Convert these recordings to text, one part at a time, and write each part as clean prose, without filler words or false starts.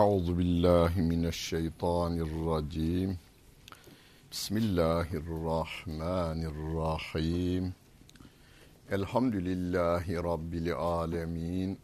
Euzu billahi mineşşeytanirracim. Bismillahirrahmanirrahim. Elhamdülillahi Rabbil alemin.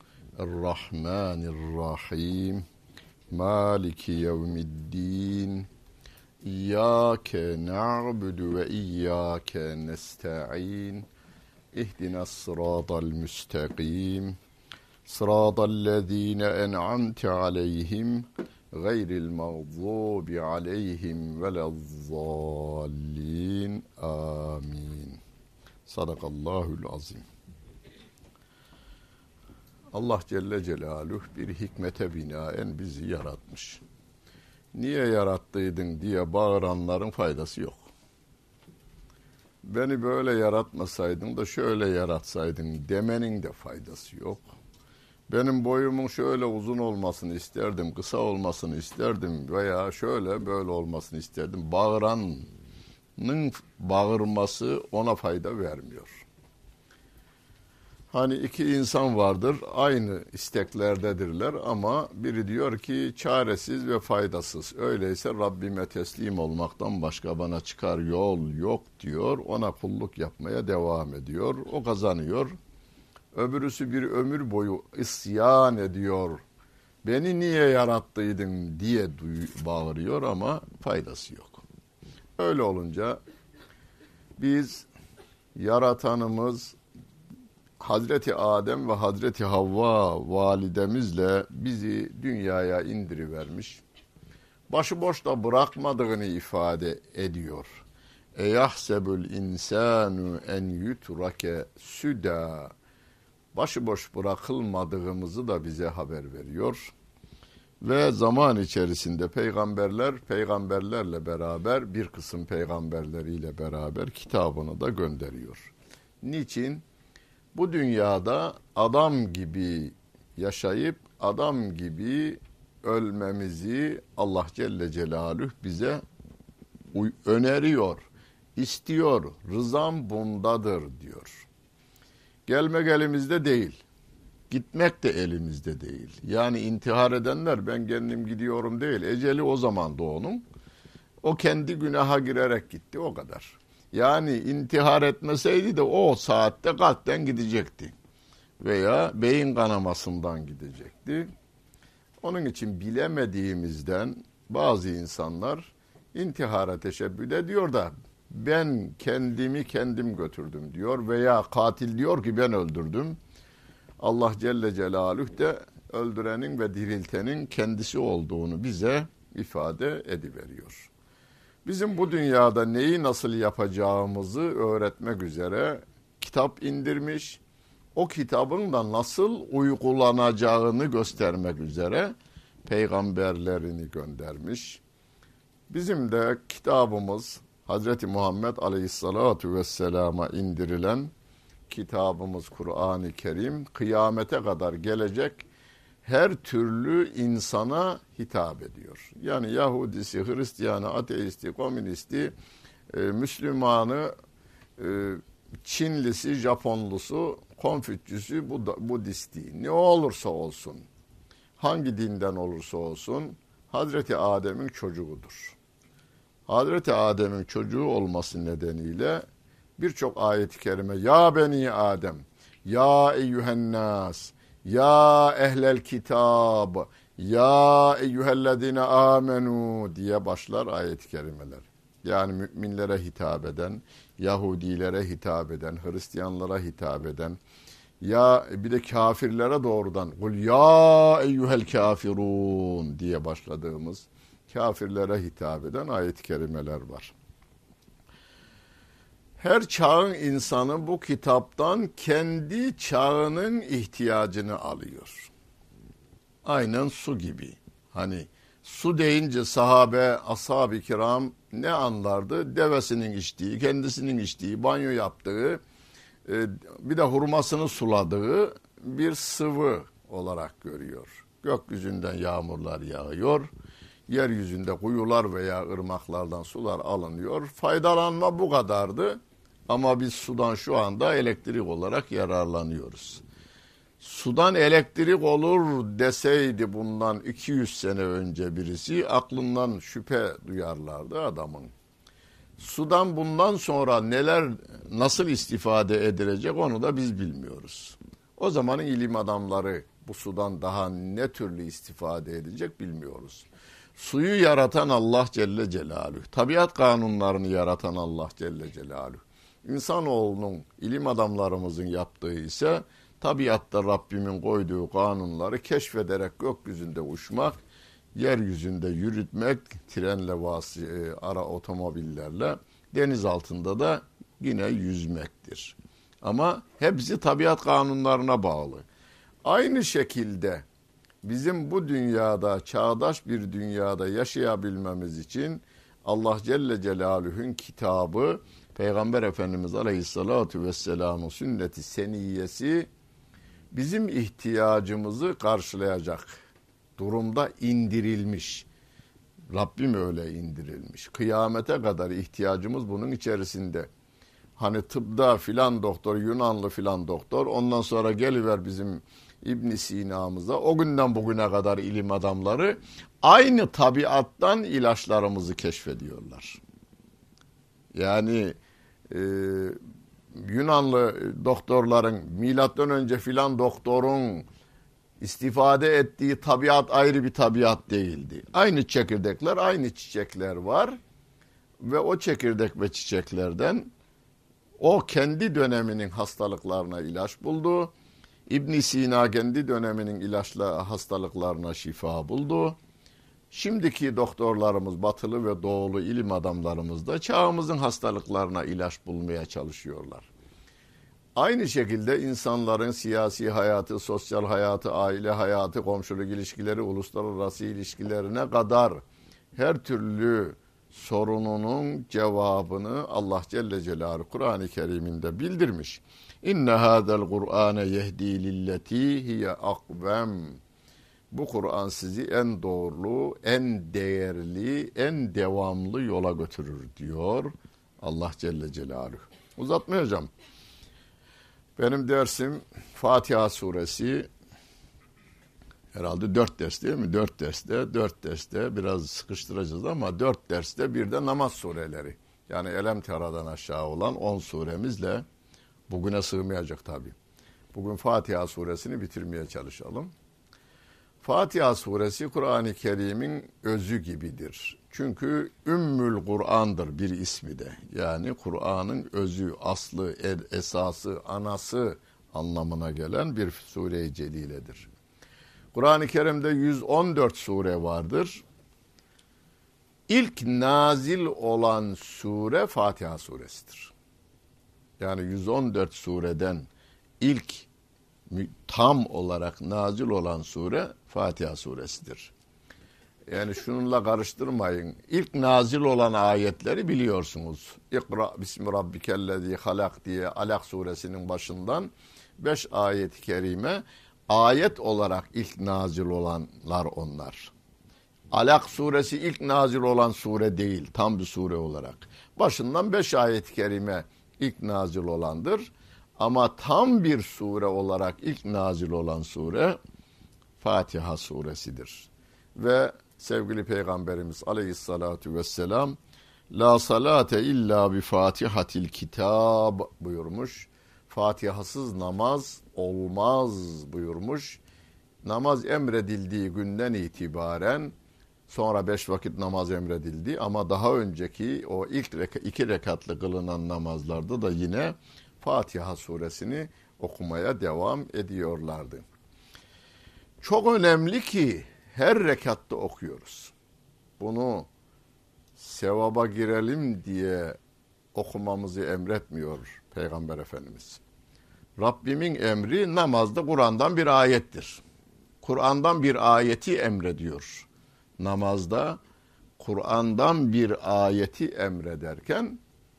Errahmanirrahim. Maliki yevmiddin. İyyâke na'budu ve iyyâke nesta'in. İhdinas sıratal müstakim. Sıratallezîne en'amte aleyhim gayril mağdubi aleyhim velezzallin. Amin. Sadakallahul azim. Allah Celle Celaluhu bir hikmete binaen bizi yaratmış. Niye yarattıydın diye bağıranların faydası yok. Beni böyle yaratmasaydın da şöyle yaratsaydın demenin de faydası yok. Benim boyumun şöyle uzun olmasını isterdim, kısa olmasını isterdim veya şöyle böyle olmasını isterdim. Bağıranın bağırması ona fayda vermiyor. Hani iki insan vardır, aynı isteklerdedirler ama biri diyor ki çaresiz ve faydasız. Öyleyse Rabbime teslim olmaktan başka bana çıkar yol yok diyor. Ona kulluk yapmaya devam ediyor. O kazanıyor. Öbürüsü bir ömür boyu isyan ediyor. Beni niye yarattıydın diye bağırıyor ama faydası yok. Öyle olunca biz yaratanımız Hazreti Adem ve Hazreti Havva validemizle bizi dünyaya indirivermiş. Başıboş da bırakmadığını ifade ediyor. Eyahsebul insanu en yutrake süda. Başıboş bırakılmadığımızı da bize haber veriyor. Ve zaman içerisinde peygamberlerle beraber bir kısım peygamberleriyle beraber kitabını da gönderiyor. Niçin? Bu dünyada adam gibi yaşayıp adam gibi ölmemizi Allah Celle Celaluhu bize öneriyor, istiyor. Rızam bundadır diyor. Gelmek elimizde değil. Gitmek de elimizde değil. Yani intihar edenler ben kendim gidiyorum değil. Eceli o zaman doğunun. O kendi günaha girerek gitti o kadar. Yani intihar etmeseydi de o saatte kalpten gidecekti. Veya beyin kanamasından gidecekti. Onun için bilemediğimizden bazı insanlar intihara teşebbüs ediyor da ben kendimi kendim götürdüm diyor veya katil diyor ki ben öldürdüm. Allah Celle Celaluhu de öldürenin ve diriltenin kendisi olduğunu bize ifade ediveriyor. Bizim bu dünyada neyi nasıl yapacağımızı öğretmek üzere kitap indirmiş, o kitabın da nasıl uygulanacağını göstermek üzere peygamberlerini göndermiş. Bizim de kitabımız Hazreti Muhammed Aleyhisselatu Vesselam'a indirilen kitabımız Kur'an-ı Kerim kıyamete kadar gelecek her türlü insana hitap ediyor. Yani Yahudisi, Hristiyanı, ateisti, komünisti, Müslümanı, Çinlisi, Japonlusu, Konfüçyüsü, Budisti ne olursa olsun, hangi dinden olursa olsun Hazreti Adem'in çocuğudur. Hazreti Adem'in çocuğu olması nedeniyle birçok ayet-i kerime ya beni Adem, ya eyyühennas, ya ehlel kitab, ya eyyühellezine amenu diye başlar ayet-i kerimeler. Yani müminlere hitap eden, Yahudilere hitap eden, Hristiyanlara hitap eden, ya bir de kafirlere doğrudan kul ya eyyuhel kafirun diye başladığımız kafirlere hitap eden ayet-i kerimeler var. Her çağın insanı bu kitaptan kendi çağının ihtiyacını alıyor. Aynen su gibi. Hani su deyince sahabe, ashab-ı kiram ne anlardı? Devesinin içtiği, kendisinin içtiği, banyo yaptığı, bir de hurmasını suladığı bir sıvı olarak görüyor. Gökyüzünden yağmurlar yağıyor. Yeryüzünde kuyular veya ırmaklardan sular alınıyor. Faydalanma bu kadardı. Ama biz sudan şu anda elektrik olarak yararlanıyoruz. sudan elektrik olur deseydi bundan 200 sene önce birisi aklından şüphe duyarlardı adamın. Sudan bundan sonra nasıl istifade edilecek onu da biz bilmiyoruz. O zamanın ilim adamları bu sudan daha ne türlü istifade edecek bilmiyoruz. Suyu yaratan Allah Celle Celaluhu, tabiat kanunlarını yaratan Allah Celle Celaluhu. İnsanoğlunun, ilim adamlarımızın yaptığı ise tabiatta Rabbimin koyduğu kanunları keşfederek gökyüzünde uçmak, yeryüzünde yürütmek, trenle ara otomobillerle, deniz altında da yine yüzmektir. Ama hepsi tabiat kanunlarına bağlı. Aynı şekilde bizim bu dünyada, çağdaş bir dünyada yaşayabilmemiz için Allah Celle Celaluhu'nun kitabı, Peygamber Efendimiz Aleyhisselatü Vesselam'ın sünneti seniyyesi bizim ihtiyacımızı karşılayacak durumda indirilmiş. Rabbim öyle indirilmiş. Kıyamete kadar ihtiyacımız bunun içerisinde. Hani tıpta filan doktor, Yunanlı filan doktor, ondan sonra geliver bizim İbn Sina'mıza, o günden bugüne kadar ilim adamları aynı tabiattan ilaçlarımızı keşfediyorlar. Yani Yunanlı doktorların, milattan önce filan doktorun istifade ettiği tabiat ayrı bir tabiat değildi. Aynı çekirdekler, aynı çiçekler var ve o çekirdek ve çiçeklerden o kendi döneminin hastalıklarına ilaç buldu. İbn Sina kendi döneminin hastalıklarına şifa buldu. Şimdiki doktorlarımız, batılı ve doğulu ilim adamlarımız da çağımızın hastalıklarına ilaç bulmaya çalışıyorlar. Aynı şekilde insanların siyasi hayatı, sosyal hayatı, aile hayatı, komşuluk ilişkileri, uluslararası ilişkilerine kadar her türlü sorununun cevabını Allah Celle Celaluhu Kur'an-ı Kerim'inde bildirmiş. İnne hâzel Kur'âne yehdi lilleti hiye akvem. Bu Kur'an sizi en doğru, en değerli, en devamlı yola götürür diyor Allah Celle Celaluhu. Uzatmayacağım. Benim dersim Fatiha suresi, herhalde 4 ders değil mi? 4 derste biraz sıkıştıracağız ama 4 derste bir de namaz sureleri. Yani Elem Tera'dan aşağı olan 10 suremizle bugüne sığmayacak tabii. Bugün Fatiha suresini bitirmeye çalışalım. Fatiha suresi Kur'an-ı Kerim'in özü gibidir. Çünkü Ümmül Kur'an'dır bir ismi de. Yani Kur'an'ın özü, aslı, esası, anası anlamına gelen bir sure-i celiledir. Kur'an-ı Kerim'de 114 sure vardır. İlk nazil olan sure Fatiha suresidir. Yani 114 sureden ilk tam olarak nazil olan sure Fatiha suresidir. Yani şununla karıştırmayın. İlk nazil olan ayetleri biliyorsunuz. İkra bismi rabbikellezi halak diye Alak suresinin başından 5 ayet-i kerime ayet olarak ilk nazil olanlar onlar. Alak suresi ilk nazil olan sure değil, tam bir sure olarak. Başından 5 ayet-i kerime ilk nazil olandır. Ama tam bir sure olarak ilk nazil olan sure Fatiha suresidir. Ve sevgili Peygamberimiz Aleyhissalatu vesselam La salate illa bi fatihatil kitab buyurmuş. Fatihasız namaz olmaz buyurmuş. Namaz emredildiği günden itibaren, sonra 5 vakit namaz emredildi ama daha önceki o ilk 2 rekatlı kılınan namazlarda da yine Fatiha suresini okumaya devam ediyorlardı. Çok önemli ki her rekatta okuyoruz. Bunu sevaba girelim diye okumamızı emretmiyor Peygamber Efendimiz. Rabbimin emri namazda Kur'an'dan bir ayettir. Kur'an'dan bir ayeti emrediyor. Namazda Kur'an'dan bir ayeti emrederken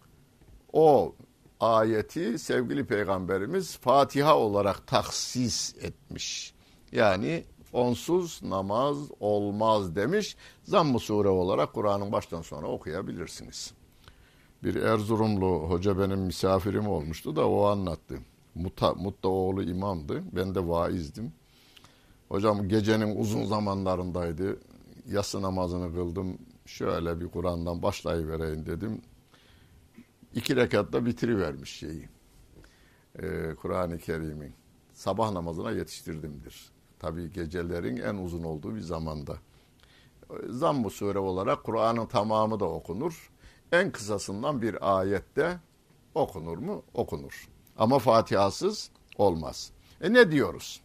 o ayeti sevgili Peygamberimiz Fatiha olarak tahsis etmiş. Yani onsuz namaz olmaz demiş. Zamm-ı sure olarak Kur'an'ın baştan sona okuyabilirsiniz. Bir Erzurumlu hoca benim misafirim olmuştu da o anlattı. Mutta oğlu imamdı. Ben de vaizdim. Hocam gecenin uzun zamanlarındaydı. Yatsı namazını kıldım. Şöyle bir Kur'an'dan başlayıvereyim dedim. 2 rekatta bitirivermiş şeyi. Kur'an-ı Kerim'in. Sabah namazına yetiştirdimdir. Tabii gecelerin en uzun olduğu bir zamanda. Zamm-ı sure olarak Kur'an'ın tamamı da okunur. En kısasından bir ayette okunur mu? Okunur. Ama Fatiha'sız olmaz. Ne diyoruz?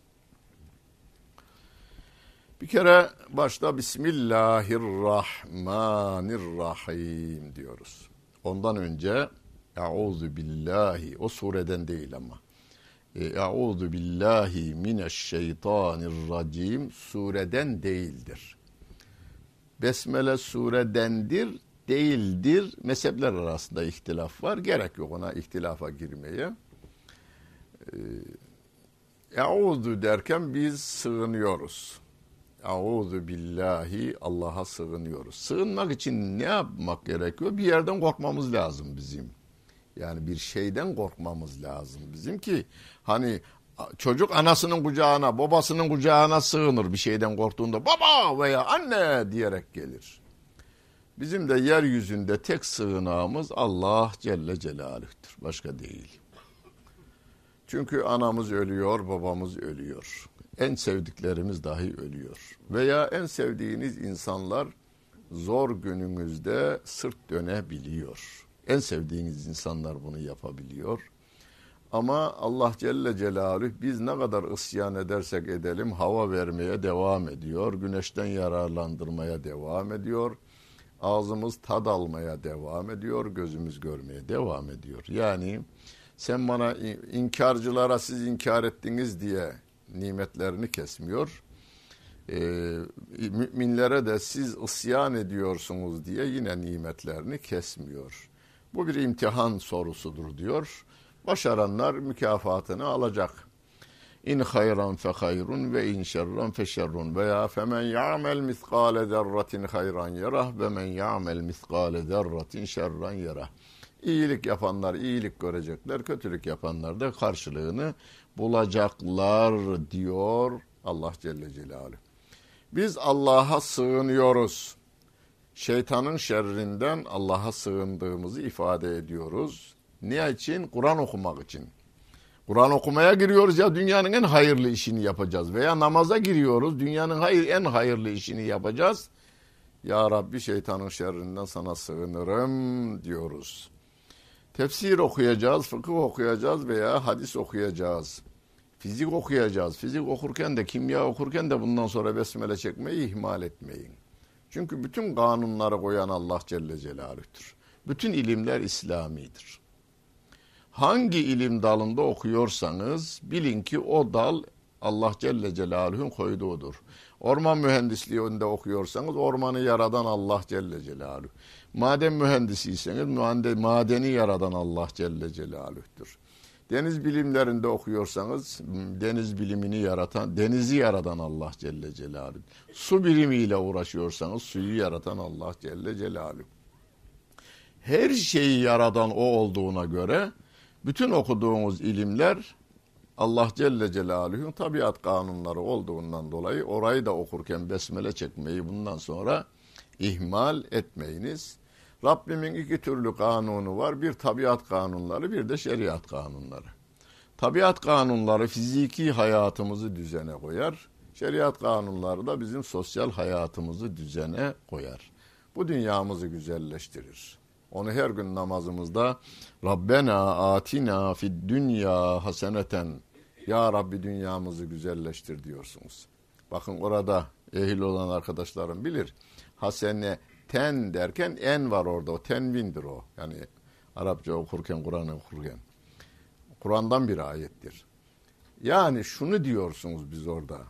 Bir kere başta Bismillahirrahmanirrahim diyoruz. Ondan önce Euzu billahi, o sureden değil ama. Euzu billahi mineşşeytanirracim sureden değildir. Besmele suredendir, değildir. Mezhepler arasında ihtilaf var. Gerek yok ona ihtilafa girmeye. Euzu derken biz sığınıyoruz. Euzu billahi, Allah'a sığınıyoruz. Sığınmak için ne yapmak gerekiyor? Bir yerden korkmamız lazım bizim. Yani bir şeyden korkmamız lazım bizim ki hani çocuk anasının kucağına, babasının kucağına sığınır bir şeyden korktuğunda baba veya anne diyerek gelir. Bizim de yeryüzünde tek sığınağımız Allah Celle Celaluh'tür. Başka değil. Çünkü anamız ölüyor, babamız ölüyor. En sevdiklerimiz dahi ölüyor. Veya en sevdiğiniz insanlar zor gününüzde sırt dönebiliyor. En sevdiğiniz insanlar bunu yapabiliyor. Ama Allah Celle Celaluhu biz ne kadar isyan edersek edelim hava vermeye devam ediyor. Güneşten yararlandırmaya devam ediyor. Ağzımız tad almaya devam ediyor. Gözümüz görmeye devam ediyor. Yani sen bana inkarcılara siz inkar ettiniz diye nimetlerini kesmiyor. Müminlere de siz isyan ediyorsunuz diye yine nimetlerini kesmiyor. Bu bir imtihan sorusudur diyor. Başaranlar mükafatını alacak. İn hayran fe hayrun ve in şerran fe şerrun veya femen ya'mel miskale zerratin hayran yerah ve men ya'mel miskale zerratin şerran yerah. İyilik yapanlar iyilik görecekler, kötülük yapanlar da karşılığını bulacaklar diyor Allah Celle Celaluhu. Biz Allah'a sığınıyoruz. Şeytanın şerrinden Allah'a sığındığımızı ifade ediyoruz. Ne için? Kur'an okumak için. Kur'an okumaya giriyoruz ya dünyanın en hayırlı işini yapacağız. Veya namaza giriyoruz dünyanın en hayırlı işini yapacağız. Ya Rabbi şeytanın şerrinden sana sığınırım diyoruz. Tefsir okuyacağız, fıkıh okuyacağız veya hadis okuyacağız. Fizik okuyacağız. Fizik okurken de, kimya okurken de bundan sonra besmele çekmeyi ihmal etmeyin. Çünkü bütün kanunları koyan Allah Celle Celaluh'tür. Bütün ilimler İslami'dir. Hangi ilim dalında okuyorsanız bilin ki o dal Allah Celle Celaluhu'nun koyduğudur. Orman mühendisliğinde okuyorsanız ormanı yaradan Allah Celle Celaluhu. Maden mühendisiyseniz madeni yaradan Allah Celle Celaluh'tür. Deniz bilimlerinde okuyorsanız denizi yaratan Allah Celle Celaluhu. Su bilimiyle uğraşıyorsanız suyu yaratan Allah Celle Celaluhu. Her şeyi yaradan o olduğuna göre bütün okuduğumuz ilimler Allah Celle Celaluhu'nun tabiat kanunları olduğundan dolayı orayı da okurken besmele çekmeyi bundan sonra ihmal etmeyiniz. Rabbimin 2 türlü kanunu var. Bir tabiat kanunları, bir de şeriat kanunları. Tabiat kanunları fiziki hayatımızı düzene koyar. Şeriat kanunları da bizim sosyal hayatımızı düzene koyar. Bu dünyamızı güzelleştirir. Onu her gün namazımızda Rabbena atina fid dünya haseneten, ya Rabbi dünyamızı güzelleştir diyorsunuz. Bakın orada ehil olan arkadaşlarım bilir. Haseneten derken en var orada. O tenvindir o. Yani Arapça okurken, Kur'an okurken. Kur'an'dan bir ayettir. Yani şunu diyorsunuz biz orada.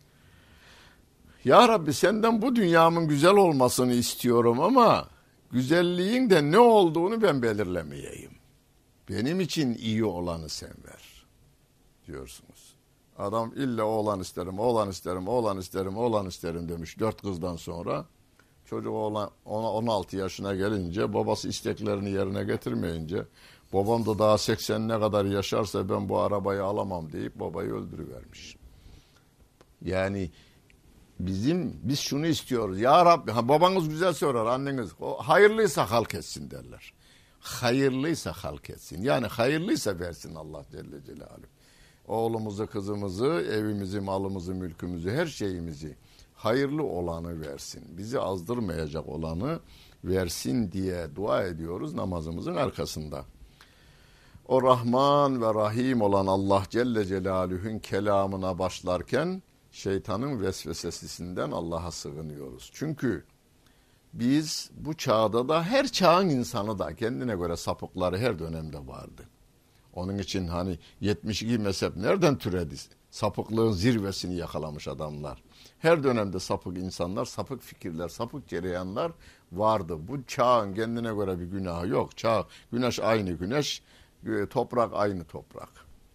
Ya Rabbi senden bu dünyamın güzel olmasını istiyorum ama güzelliğin de ne olduğunu ben belirlemeyeyim. Benim için iyi olanı sen ver diyorsunuz. Adam illa oğlan isterim, oğlan isterim, oğlan isterim, oğlan isterim demiş 4 kızdan sonra. Çocuk 16 yaşına gelince babası isteklerini yerine getirmeyince Babam da daha 80'ine kadar yaşarsa ben bu arabayı alamam deyip babayı öldürüvermiş. Yani biz şunu istiyoruz. Ya Rabbi, babanız güzel sorar, anneniz. O hayırlıysa halk etsin derler. Hayırlıysa halk etsin. Yani hayırlıysa versin Allah Celle Celaluhu. Oğlumuzu, kızımızı, evimizi, malımızı, mülkümüzü, her şeyimizi hayırlı olanı versin. Bizi azdırmayacak olanı versin diye dua ediyoruz namazımızın arkasında. O Rahman ve Rahim olan Allah Celle Celaluhu'nun kelamına başlarken şeytanın vesvesesinden Allah'a sığınıyoruz. Çünkü biz bu çağda da her çağın insanı da kendine göre sapıkları her dönemde vardı. Onun için 72 mezhep nereden türedi? Sapıklığın zirvesini yakalamış adamlar. Her dönemde sapık insanlar, sapık fikirler, sapık cereyanlar vardı. Bu çağın kendine göre bir günahı yok. Güneş aynı güneş, toprak aynı toprak.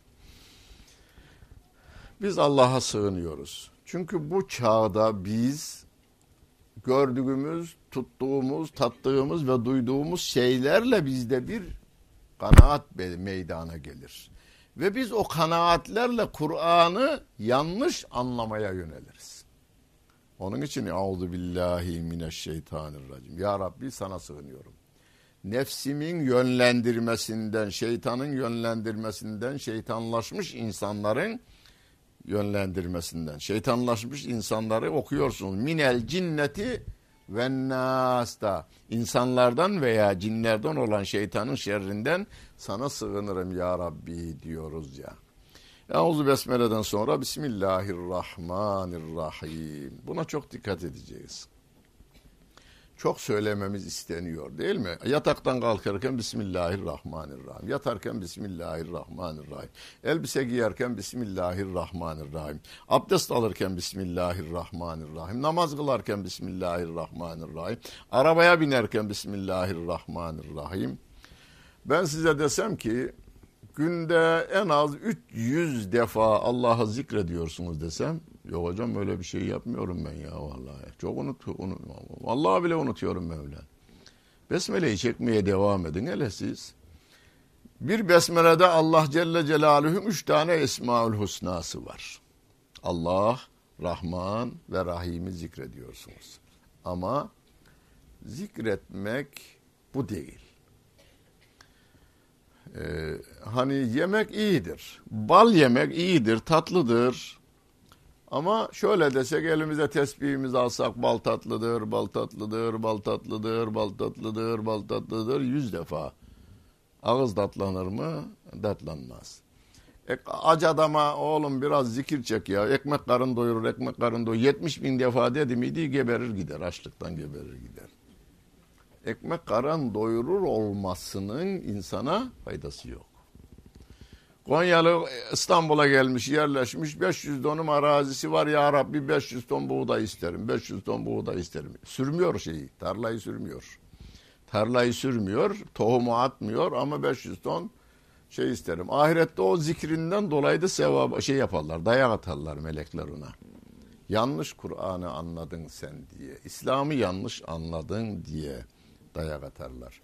Biz Allah'a sığınıyoruz. Çünkü bu çağda biz gördüğümüz, tuttuğumuz, tattığımız ve duyduğumuz şeylerle bizde bir kanaat meydana gelir. Ve biz o kanaatlerle Kur'an'ı yanlış anlamaya yöneliriz. Onun için Euzubillahimineşşeytanirracim. Ya Rabbi sana sığınıyorum. Nefsimin yönlendirmesinden, şeytanın yönlendirmesinden, şeytanlaşmış insanların yönlendirmesinden, şeytanlaşmış insanları okuyorsunuz. Minel cinneti ve nas'ta, insanlardan veya cinlerden olan şeytanın şerrinden sana sığınırım ya Rabbi diyoruz ya. Euzu besmeleden sonra Bismillahirrahmanirrahim. Buna çok dikkat edeceğiz. Çok söylememiz isteniyor değil mi? Yataktan kalkarken Bismillahirrahmanirrahim. Yatarken Bismillahirrahmanirrahim. Elbise giyerken Bismillahirrahmanirrahim. Abdest alırken Bismillahirrahmanirrahim. Namaz kılarken Bismillahirrahmanirrahim. Arabaya binerken Bismillahirrahmanirrahim. Ben size desem ki günde en az 300 defa Allah'ı zikrediyorsunuz desem, yok hocam öyle bir şey yapmıyorum ben ya vallahi. Çok vallahi bile unutuyorum Mevla. Besmele'yi çekmeye devam edin hele siz. Bir besmelede Allah Celle Celaluhu'nun 3 tane Esmaül Husna'sı var. Allah, Rahman ve Rahim'i zikrediyorsunuz. Ama zikretmek bu değil. Yemek iyidir. Bal yemek iyidir, tatlıdır. Ama şöyle desek, elimize tesbihimizi alsak bal tatlıdır, bal tatlıdır, bal tatlıdır, bal tatlıdır, bal tatlıdır 100 defa. Ağız tatlanır mı? Tatlanmaz. Aç adama oğlum biraz zikir çek ya. Ekmek karın doyurur, ekmek karın doyurur. 70 bin defa dedi miydi geberir gider. Açlıktan geberir gider. Ekmek karın doyurur olmasının insana faydası yok. Konyalı İstanbul'a gelmiş, yerleşmiş, 500 dönüm arazisi var. Ya Rabbi 500 ton buğday isterim, 500 ton buğday isterim. Sürmüyor tarlayı sürmüyor. Tarlayı sürmüyor, tohumu atmıyor ama 500 ton isterim. Ahirette o zikrinden dolayı da sevabı yaparlar, dayak atarlar melekler ona. Yanlış Kur'an'ı anladın sen diye, İslam'ı yanlış anladın diye dayak atarlar.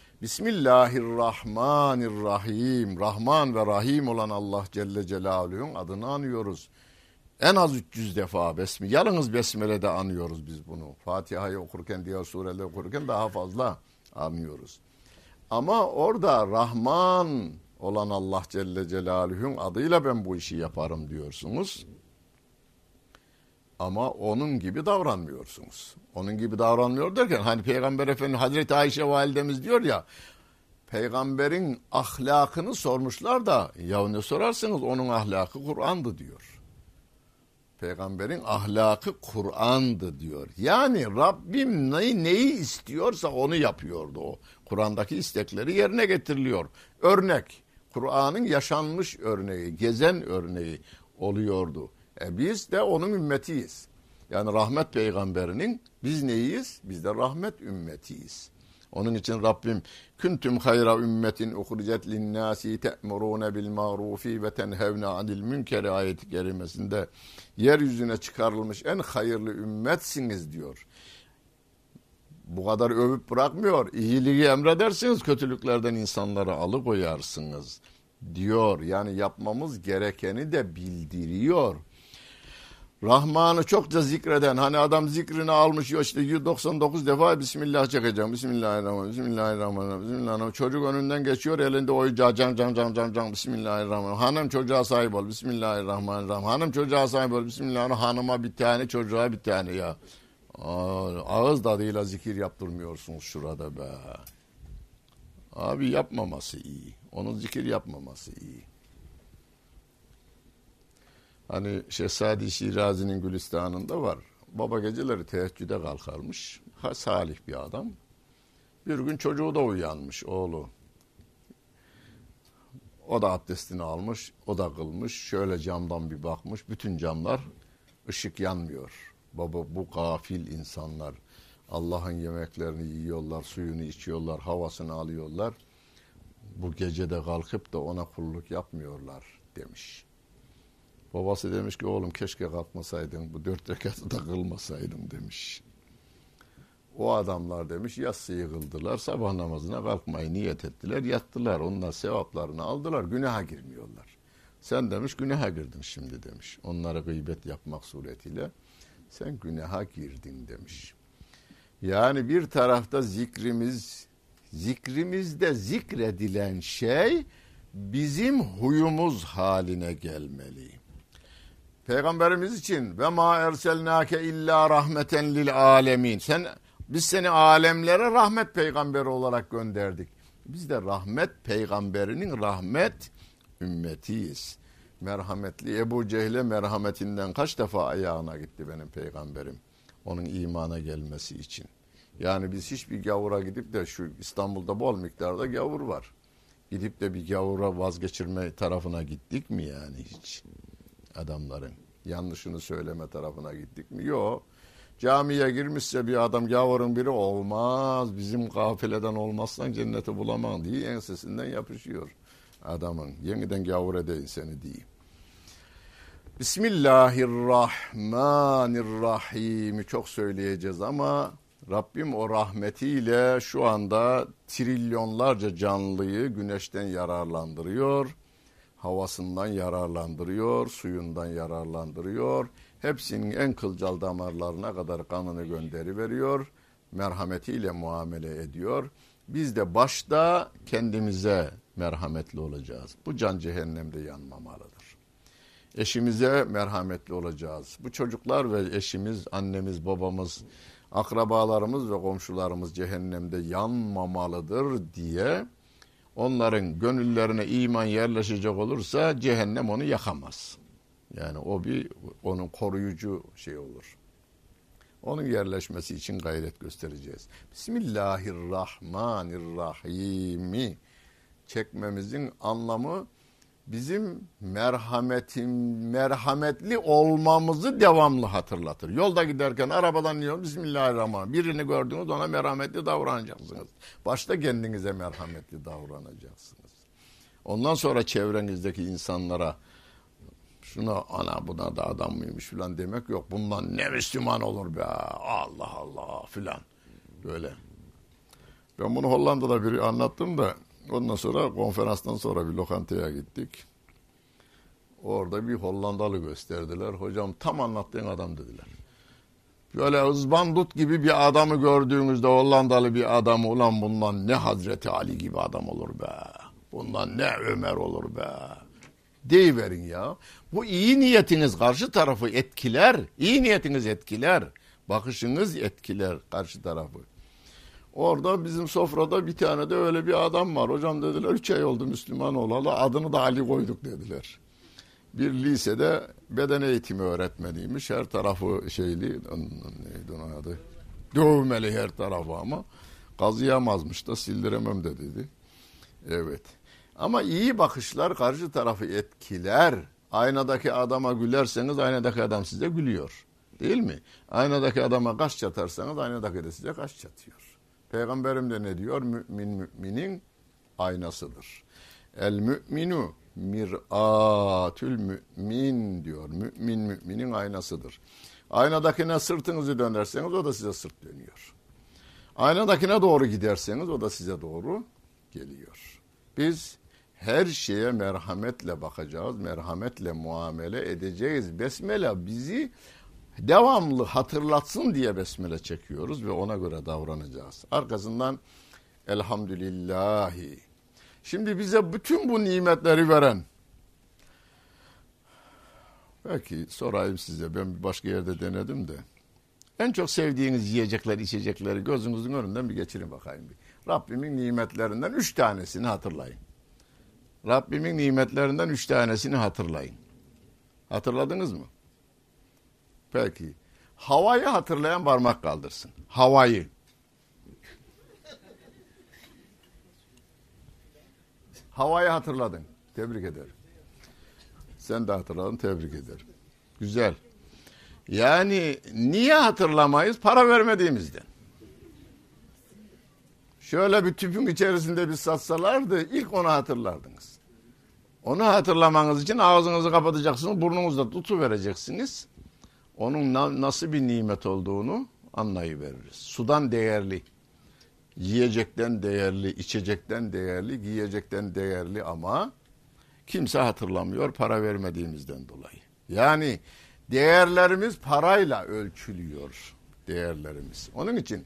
Bismillahirrahmanirrahim. Rahman ve Rahim olan Allah Celle Celaluhu'nun adını anıyoruz. En az 300 defa yalnız Besmele'de anıyoruz biz bunu. Fatiha'yı okurken, diğer sureleri okurken daha fazla anıyoruz. Ama orada Rahman olan Allah Celle Celaluhu'nun adıyla ben bu işi yaparım diyorsunuz. Ama onun gibi davranmıyorsunuz. Onun gibi davranmıyor derken Peygamber Efendimiz Hazreti Ayşe validemiz diyor ya, peygamberin ahlakını sormuşlar da ya ne sorarsınız, onun ahlakı Kur'an'dı diyor. Peygamberin ahlakı Kur'an'dı diyor. Yani Rabbim neyi istiyorsa onu yapıyordu o. Kur'an'daki istekleri yerine getiriliyor. Örnek, Kur'an'ın yaşanmış örneği, gezen örneği oluyordu. Biz de onun ümmetiyiz. Yani rahmet peygamberinin biz neyiz? Biz de rahmet ümmetiyiz. Onun için Rabbim kuntum hayra ümmetin uhricet linnâsi te'murûne bil ma'rufi ve tenhevne anil münkeri ayeti kerimesinde yeryüzüne çıkarılmış en hayırlı ümmetsiniz diyor. bu kadar övüp bırakmıyor. İyiliği emredersiniz, kötülüklerden insanları alıkoyarsınız diyor. Yani yapmamız gerekeni de bildiriyor. Rahman'ı çokça zikreden, hani adam zikrini almış işte 99 defa Bismillah çekeceğim. Bismillahirrahmanirrahim, Bismillahirrahmanirrahim, Bismillahirrahmanirrahim. Çocuk önünden geçiyor, elinde oyuncağı can, Bismillahirrahmanirrahim. Hanım çocuğa sahip ol, Bismillahirrahmanirrahim. Hanım çocuğa sahip ol, Bismillahirrahmanirrahim. Hanıma bir tane, çocuğa bir tane ya. Ağız tadıyla zikir yaptırmıyorsunuz şurada be. Abi yapmaması iyi. Onun zikir yapmaması iyi. Hani Şehzade Şirazi'nin Gülistan'ında var. Baba geceleri teheccüde kalkarmış. Salih bir adam. Bir gün çocuğu da uyanmış, oğlu. O da abdestini almış, o da kılmış. Şöyle camdan bir bakmış, bütün camlar ışık yanmıyor. Baba, bu gafil insanlar Allah'ın yemeklerini yiyorlar, suyunu içiyorlar, havasını alıyorlar. Bu gecede kalkıp da ona kulluk yapmıyorlar demiş. Babası demiş ki oğlum keşke kalkmasaydın, bu 4 rekatı da kılmasaydın demiş. O adamlar demiş yatsıyı kıldılar, sabah namazına kalkmayı niyet ettiler, yattılar. Onlar sevaplarını aldılar, günaha girmiyorlar. Sen demiş günaha girdin şimdi demiş. Onlara gıybet yapmak suretiyle sen günaha girdin demiş. Yani bir tarafta zikrimizde zikredilen şey bizim huyumuz haline gelmeli. Peygamberimiz için ve ma erselnake illa rahmeten lil alemin. Biz seni alemlere rahmet peygamberi olarak gönderdik. Biz de rahmet peygamberinin rahmet ümmetiyiz. Merhametli Ebu Cehil'e merhametinden kaç defa ayağına gitti benim peygamberim. Onun imana gelmesi için. Yani biz hiçbir gavura gidip de şu İstanbul'da bol miktarda gavur var. Gidip de bir gavura vazgeçirme tarafına gittik mi yani hiç? Adamların yanlışını söyleme tarafına gittik mi? Yok. Camiye girmişse bir adam gavurun biri olmaz. Bizim kafileden olmazsan cenneti bulamam diye ensesinden yapışıyor adamın. Yeniden gavur edeyim seni diyeyim. Bismillahirrahmanirrahim'i çok söyleyeceğiz ama Rabbim o rahmetiyle şu anda trilyonlarca canlıyı güneşten yararlandırıyor. Havasından yararlandırıyor, suyundan yararlandırıyor. Hepsinin en kılcal damarlarına kadar kanını gönderiveriyor. Merhametiyle muamele ediyor. Biz de başta kendimize merhametli olacağız. Bu can cehennemde yanmamalıdır. Eşimize merhametli olacağız. Bu çocuklar ve eşimiz, annemiz, babamız, akrabalarımız ve komşularımız cehennemde yanmamalıdır diye onların gönüllerine iman yerleşecek olursa cehennem onu yakamaz. Yani onun koruyucu şey olur. Onun yerleşmesi için gayret göstereceğiz. Bismillahirrahmanirrahim'i çekmemizin anlamı bizim merhametli olmamızı devamlı hatırlatır. Yolda giderken arabadan iniyor Bismillahirrahmanirrahim. Birini gördünüz ona merhametli davranacaksınız. Başta kendinize merhametli davranacaksınız. Ondan sonra çevrenizdeki insanlara şuna ana buna da adam mıymış filan demek yok. Bundan ne Müslüman olur be Allah Allah filan böyle. Ben bunu Hollanda'da biri anlattım da ondan sonra konferanstan sonra bir lokantaya gittik. Orada bir Hollandalı gösterdiler. Hocam tam anlattığın adam dediler. Böyle ızbandut gibi bir adamı gördüğünüzde Hollandalı bir adamı ulan bundan ne Hazreti Ali gibi adam olur be. Bundan ne Ömer olur be. Deyiverin ya. Bu iyi niyetiniz karşı tarafı etkiler. İyi niyetiniz etkiler. Bakışınız etkiler karşı tarafı. Orada bizim sofrada bir tane de öyle bir adam var. Hocam dediler 3 ay oldu Müslüman olalı. Adını da Ali koyduk dediler. Bir lisede beden eğitimi öğretmeniymiş. Her tarafı şeyli, neydi onun adı? Dövmeli her tarafı ama. Kazıyamazmış da sildiremem de dedi. Evet. Ama iyi bakışlar karşı tarafı etkiler. Aynadaki adama gülerseniz aynadaki adam size gülüyor. Değil mi? Aynadaki adama kaş çatarsanız aynadaki de size kaş çatıyor. Peygamberim de ne diyor? Mümin müminin aynasıdır. El müminu mir'atül mümin diyor. Mümin müminin aynasıdır. Aynadakine sırtınızı dönerseniz o da size sırt dönüyor. Aynadakine doğru giderseniz o da size doğru geliyor. Biz her şeye merhametle bakacağız, merhametle muamele edeceğiz. Besmele bizi devamlı hatırlatsın diye besmele çekiyoruz ve ona göre davranacağız. Arkasından elhamdülillahi. Şimdi bize bütün bu nimetleri veren, belki sorayım size, ben başka yerde denedim de, en çok sevdiğiniz yiyecekleri, içecekleri gözünüzün önünden bir geçirin bakayım. Rabbimin nimetlerinden 3 tanesini hatırlayın. Rabbimin nimetlerinden 3 tanesini hatırlayın. Hatırladınız mı? Peki. Havayı hatırlayan parmak kaldırsın. Havayı. Havayı hatırladın. Tebrik ederim. Sen de hatırladın. Tebrik ederim. Güzel. Yani niye hatırlamayız? Para vermediğimizden. Şöyle bir tüpün içerisinde bir satsalardı ilk onu hatırlardınız. Onu hatırlamanız için ağzınızı kapatacaksınız, burnunuzda tutuvereceksiniz. Onun nasıl bir nimet olduğunu anlayıveririz. Sudan değerli, yiyecekten değerli, içecekten değerli, giyecekten değerli ama kimse hatırlamıyor para vermediğimizden dolayı. Yani değerlerimiz parayla ölçülüyor, değerlerimiz. Onun için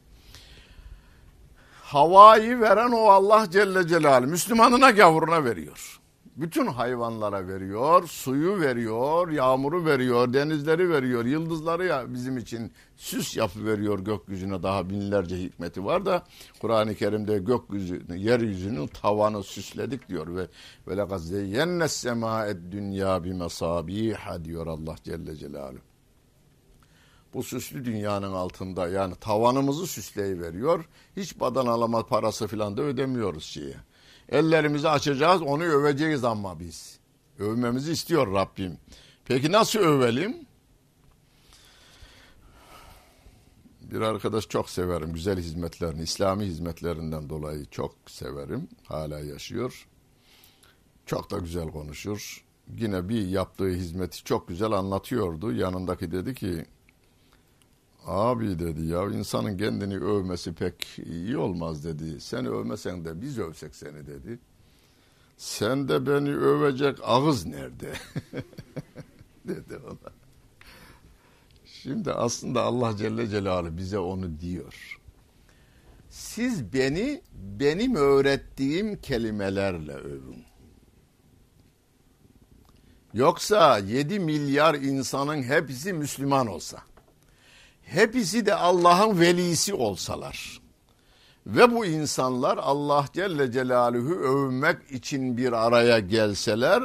havayı veren o Allah Celle Celaluhu, Müslümanına gavuruna veriyor. Bütün hayvanlara veriyor, suyu veriyor, yağmuru veriyor, denizleri veriyor, yıldızları ya bizim için süs yapıveriyor gökyüzüne. Daha binlerce hikmeti var da Kur'an-ı Kerim'de gökyüzünü, yeryüzünün tavanı süsledik diyor ve lekad zeyyennes semâed dünya bimesâbîha diyor Allah Celle Celaluhu. Bu süslü dünyanın altında yani tavanımızı süsleyiveriyor. Hiç badanalama parası falan da ödemiyoruz şeye. Ellerimizi açacağız, onu öveceğiz ama biz. Övmemizi istiyor Rabbim. Peki nasıl övelim? Bir arkadaş çok severim. Güzel hizmetlerini, İslami hizmetlerinden dolayı çok severim. Hala yaşıyor. Çok da güzel konuşur. Yine bir yaptığı hizmeti çok güzel anlatıyordu. Yanındaki dedi ki, abi dedi ya insanın kendini övmesi pek iyi olmaz dedi. Sen övmesen de biz övsek seni dedi. Sen de beni övecek ağız nerede? dedi ona. Şimdi aslında Allah Celle Celaluhu bize onu diyor. Siz beni benim öğrettiğim kelimelerle övün. Yoksa 7 milyar insanın hepsi Müslüman olsa, hepsi de Allah'ın velisi olsalar ve bu insanlar Allah Celle Celaluhu övmek için bir araya gelseler,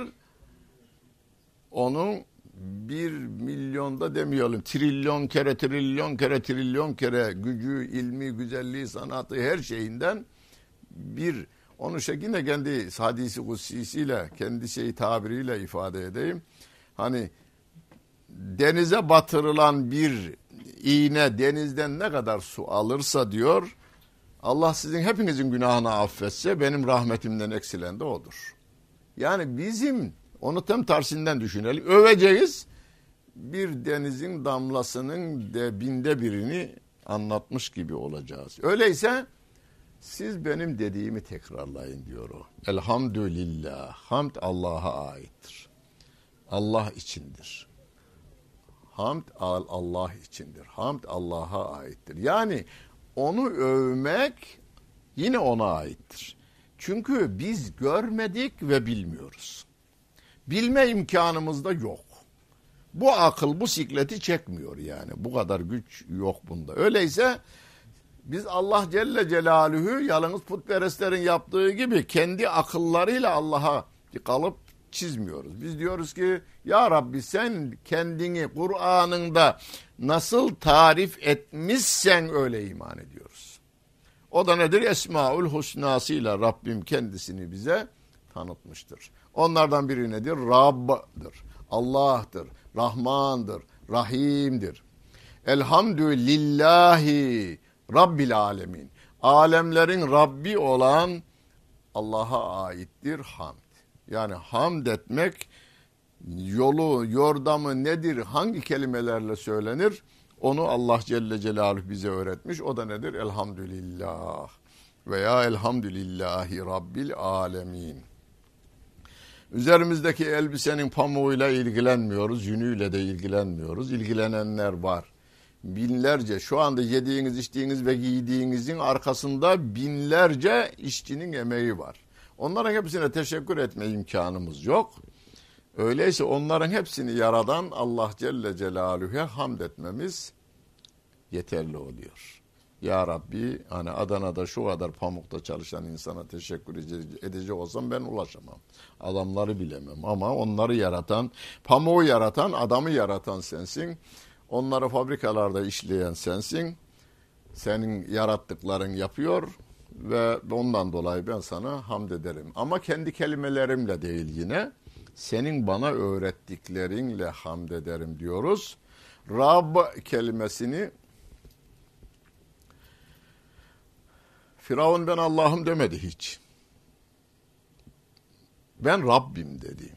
onun 1 milyonda demeyelim, trilyon kere gücü, ilmi, güzelliği, sanatı her şeyinden onu yine kendi hadisi kutsisiyle, kendi tabiriyle ifade edeyim. Hani denize batırılan bir iğne denizden ne kadar su alırsa diyor, Allah sizin hepinizin günahını affetse benim rahmetimden eksilen de odur. Yani bizim onu tam tersinden düşünelim. Öveceğiz, bir denizin damlasının binde birini anlatmış gibi olacağız. Öyleyse siz benim dediğimi tekrarlayın diyor o. Elhamdülillah. Hamd Allah'a aittir. Allah içindir. Hamd Allah içindir. Hamd Allah'a aittir. Yani onu övmek yine ona aittir. Çünkü biz görmedik ve bilmiyoruz. Bilme imkanımız da yok. Bu akıl bu sikleti çekmiyor yani. Bu kadar güç yok bunda. Öyleyse biz Allah Celle Celaluhu yalnız putperestlerin yaptığı gibi kendi akıllarıyla Allah'a kalıp çizmiyoruz. Biz diyoruz ki ya Rabbi sen kendini Kur'an'ında nasıl tarif etmişsen öyle iman ediyoruz. O da nedir? Esmaül Husnasıyla Rabbim kendisini bize tanıtmıştır. Onlardan biri nedir? Rabb'dır, Allah'tır, Rahman'dır, Rahim'dir. Elhamdülillahi Rabbil alemin. Alemlerin Rabbi olan Allah'a aittir hamd. Yani hamd etmek yolu, yordamı nedir, hangi kelimelerle söylenir? Onu Allah Celle Celaluhu bize öğretmiş. O da nedir? Elhamdülillah veya Elhamdülillahi Rabbil Alemin. Üzerimizdeki elbisenin pamuğuyla ilgilenmiyoruz, yünüyle de ilgilenmiyoruz. İlgilenenler var. Binlerce, şu anda yediğiniz, içtiğiniz ve giydiğinizin arkasında binlerce işçinin emeği var. Onların hepsine teşekkür etme imkanımız yok. Öyleyse onların hepsini yaradan Allah Celle Celaluhu'ya hamd etmemiz yeterli oluyor. Ya Rabbi, hani Adana'da şu kadar pamukta çalışan insana teşekkür edecek olsam ben ulaşamam. Adamları bilemem ama onları yaratan, pamuğu yaratan, adamı yaratan sensin. Onları fabrikalarda işleyen sensin. Senin yarattıkların yapıyor ve ondan dolayı ben sana hamd ederim. Ama kendi kelimelerimle değil yine, senin bana öğrettiklerinle hamd ederim diyoruz. Rab kelimesini Firavun ben Allah'ım demedi hiç. Ben Rabbim dedi.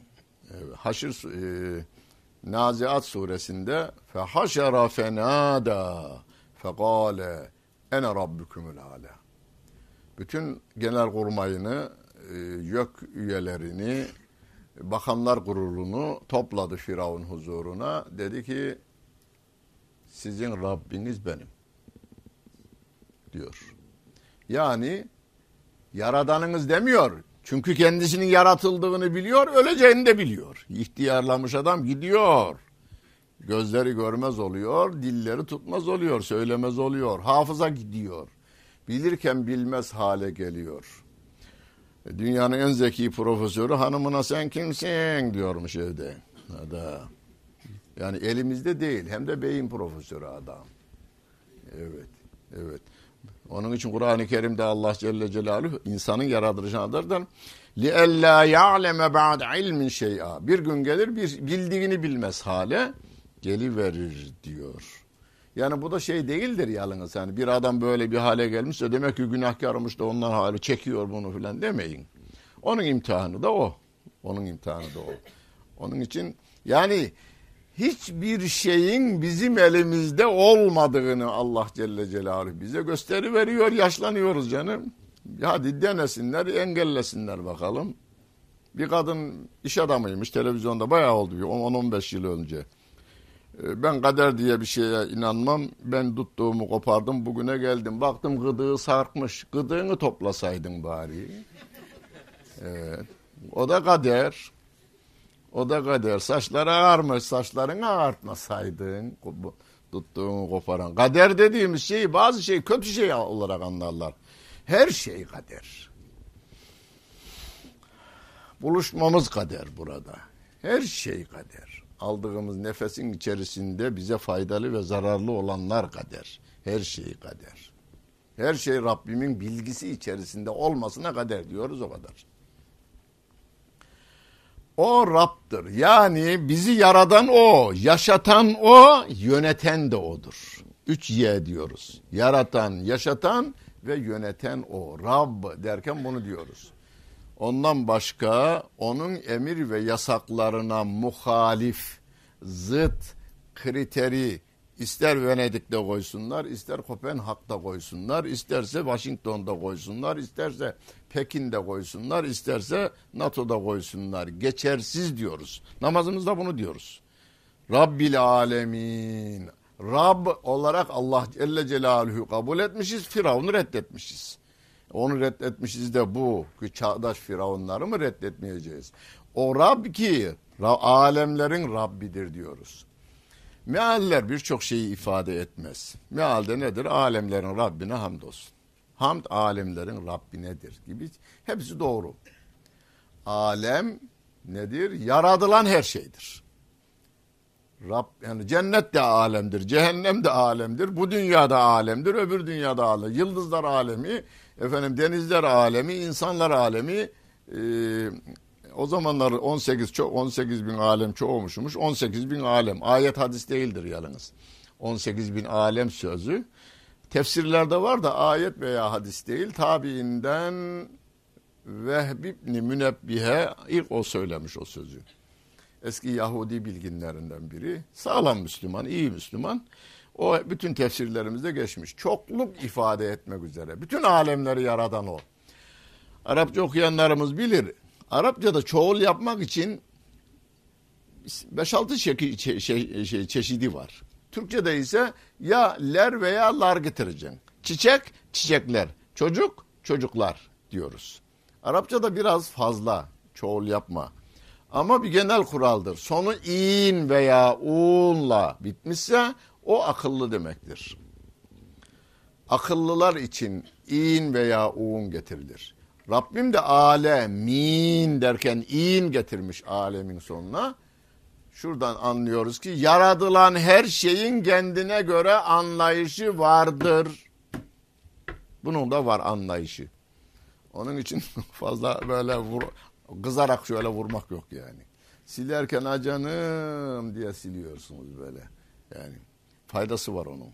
Naziat suresinde fehaşera fenada fekale ene rabbukumul ala. Bütün genelkurmayını, YÖK üyelerini, bakanlar kurulunu topladı Firavun huzuruna. Dedi ki sizin Rabbiniz benim diyor. Yani yaradanınız demiyor. Çünkü kendisinin yaratıldığını biliyor, öleceğini de biliyor. İhtiyarlamış adam gidiyor. Gözleri görmez oluyor, dilleri tutmaz oluyor, söylemez oluyor. Hafıza gidiyor. Bilirken bilmez hale geliyor. Dünyanın en zeki profesörü hanımına sen kimsin diyormuş evde. Yani elimizde değil, hem de beyin profesörü adam. Evet, evet. Onun için Kur'an-ı Kerim'de Allah Celle Celaluhu insanın yaratılışıdır. لِأَلَّا يَعْلَمَ بَعْدَ عِلْمٍ شَيْئًا. Bir gün gelir bildiğini bilmez hale geliverir diyor. Yani bu da şey değildir yalnız. Yani bir adam böyle bir hale gelmişse demek ki günahkarmış da ondan hali çekiyor bunu filan demeyin. Onun imtihanı da o. Onun imtihanı da o. Onun için yani hiçbir şeyin bizim elimizde olmadığını Allah Celle Celaluhu bize gösteriveriyor. Yaşlanıyoruz canım. Hadi denesinler, engellesinler bakalım. Bir kadın iş adamıymış, televizyonda bayağı oldu, 10-15 yıl önce. Ben kader diye bir şeye inanmam. Ben tuttuğumu kopardım, bugüne geldim. Baktım gıdığı sarkmış. Gıdığını toplasaydın bari. Evet. O da kader. O da kader. Saçları ağarmış. Saçlarını ağartmasaydın tuttuğunu koparan. Kader dediğimiz şey bazı şey kötü şey olarak anlarlar. Her şey kader. Buluşmamız kader burada. Her şey kader. Aldığımız nefesin içerisinde bize faydalı ve zararlı olanlar kader. Her şey kader. Her şey Rabbimin bilgisi içerisinde olmasına kader diyoruz, o kadar. O Rab'dır. Yani bizi yaradan o, yaşatan o, yöneten de odur. 3Y diyoruz. Yaratan, yaşatan ve yöneten o. Rab derken bunu diyoruz. Ondan başka onun emir ve yasaklarına muhalif, zıt, kriteri ister Venedik'te koysunlar, ister Kopenhag'da koysunlar, isterse Washington'da koysunlar, isterse Pekin'de koysunlar, isterse NATO'da koysunlar. Geçersiz diyoruz. Namazımızda bunu diyoruz. Rabbil alemin. Rab olarak Allah Celle Celaluhu kabul etmişiz, Firavun'u reddetmişiz. Onu reddetmişiz de bu çağdaş firavunları mı reddetmeyeceğiz? O Rab ki alemlerin Rabbidir diyoruz. Mealler birçok şeyi ifade etmez. Mealde nedir? Alemlerin Rabbine hamdolsun. Hamd alemlerin Rabbinedir gibi. Hepsi doğru. Alem nedir? Yaratılan her şeydir. Rab, yani cennet de alemdir, cehennem de alemdir, bu dünyada alemdir, öbür dünyada alem. Yıldızlar alemi, denizler alemi, insanlar alemi. O zamanlar 18 bin alem çoğumuşmuş. 18 bin alem. Ayet hadis değildir yalnız. 18 bin alem sözü. Tefsirlerde var da ayet veya hadis değil. Tabiinden Vehb ibn Münebbihe ilk o söylemiş o sözü. Eski Yahudi bilginlerinden biri. Sağlam Müslüman, iyi Müslüman. O bütün tefsirlerimizde geçmiş. Çokluk ifade etmek üzere. Bütün alemleri yaradan o. Arapça okuyanlarımız bilir. Arapçada çoğul yapmak için 5-6 çeşidi var. Türkçe'de ise ya ler veya lar getireceksin. Çiçek, çiçekler. Çocuk, çocuklar diyoruz. Arapçada biraz fazla çoğul yapma. Ama bir genel kuraldır. Sonu in veya unla bitmişse o akıllı demektir. Akıllılar için in veya un getirilir. Rabbim de alemin derken in getirmiş alemin sonuna. Şuradan anlıyoruz ki yaratılan her şeyin kendine göre anlayışı vardır. Bunun da var anlayışı. Onun için fazla böyle kızarak şöyle vurmak yok yani. Silerken acanım diye siliyorsunuz böyle. Yani faydası var onun.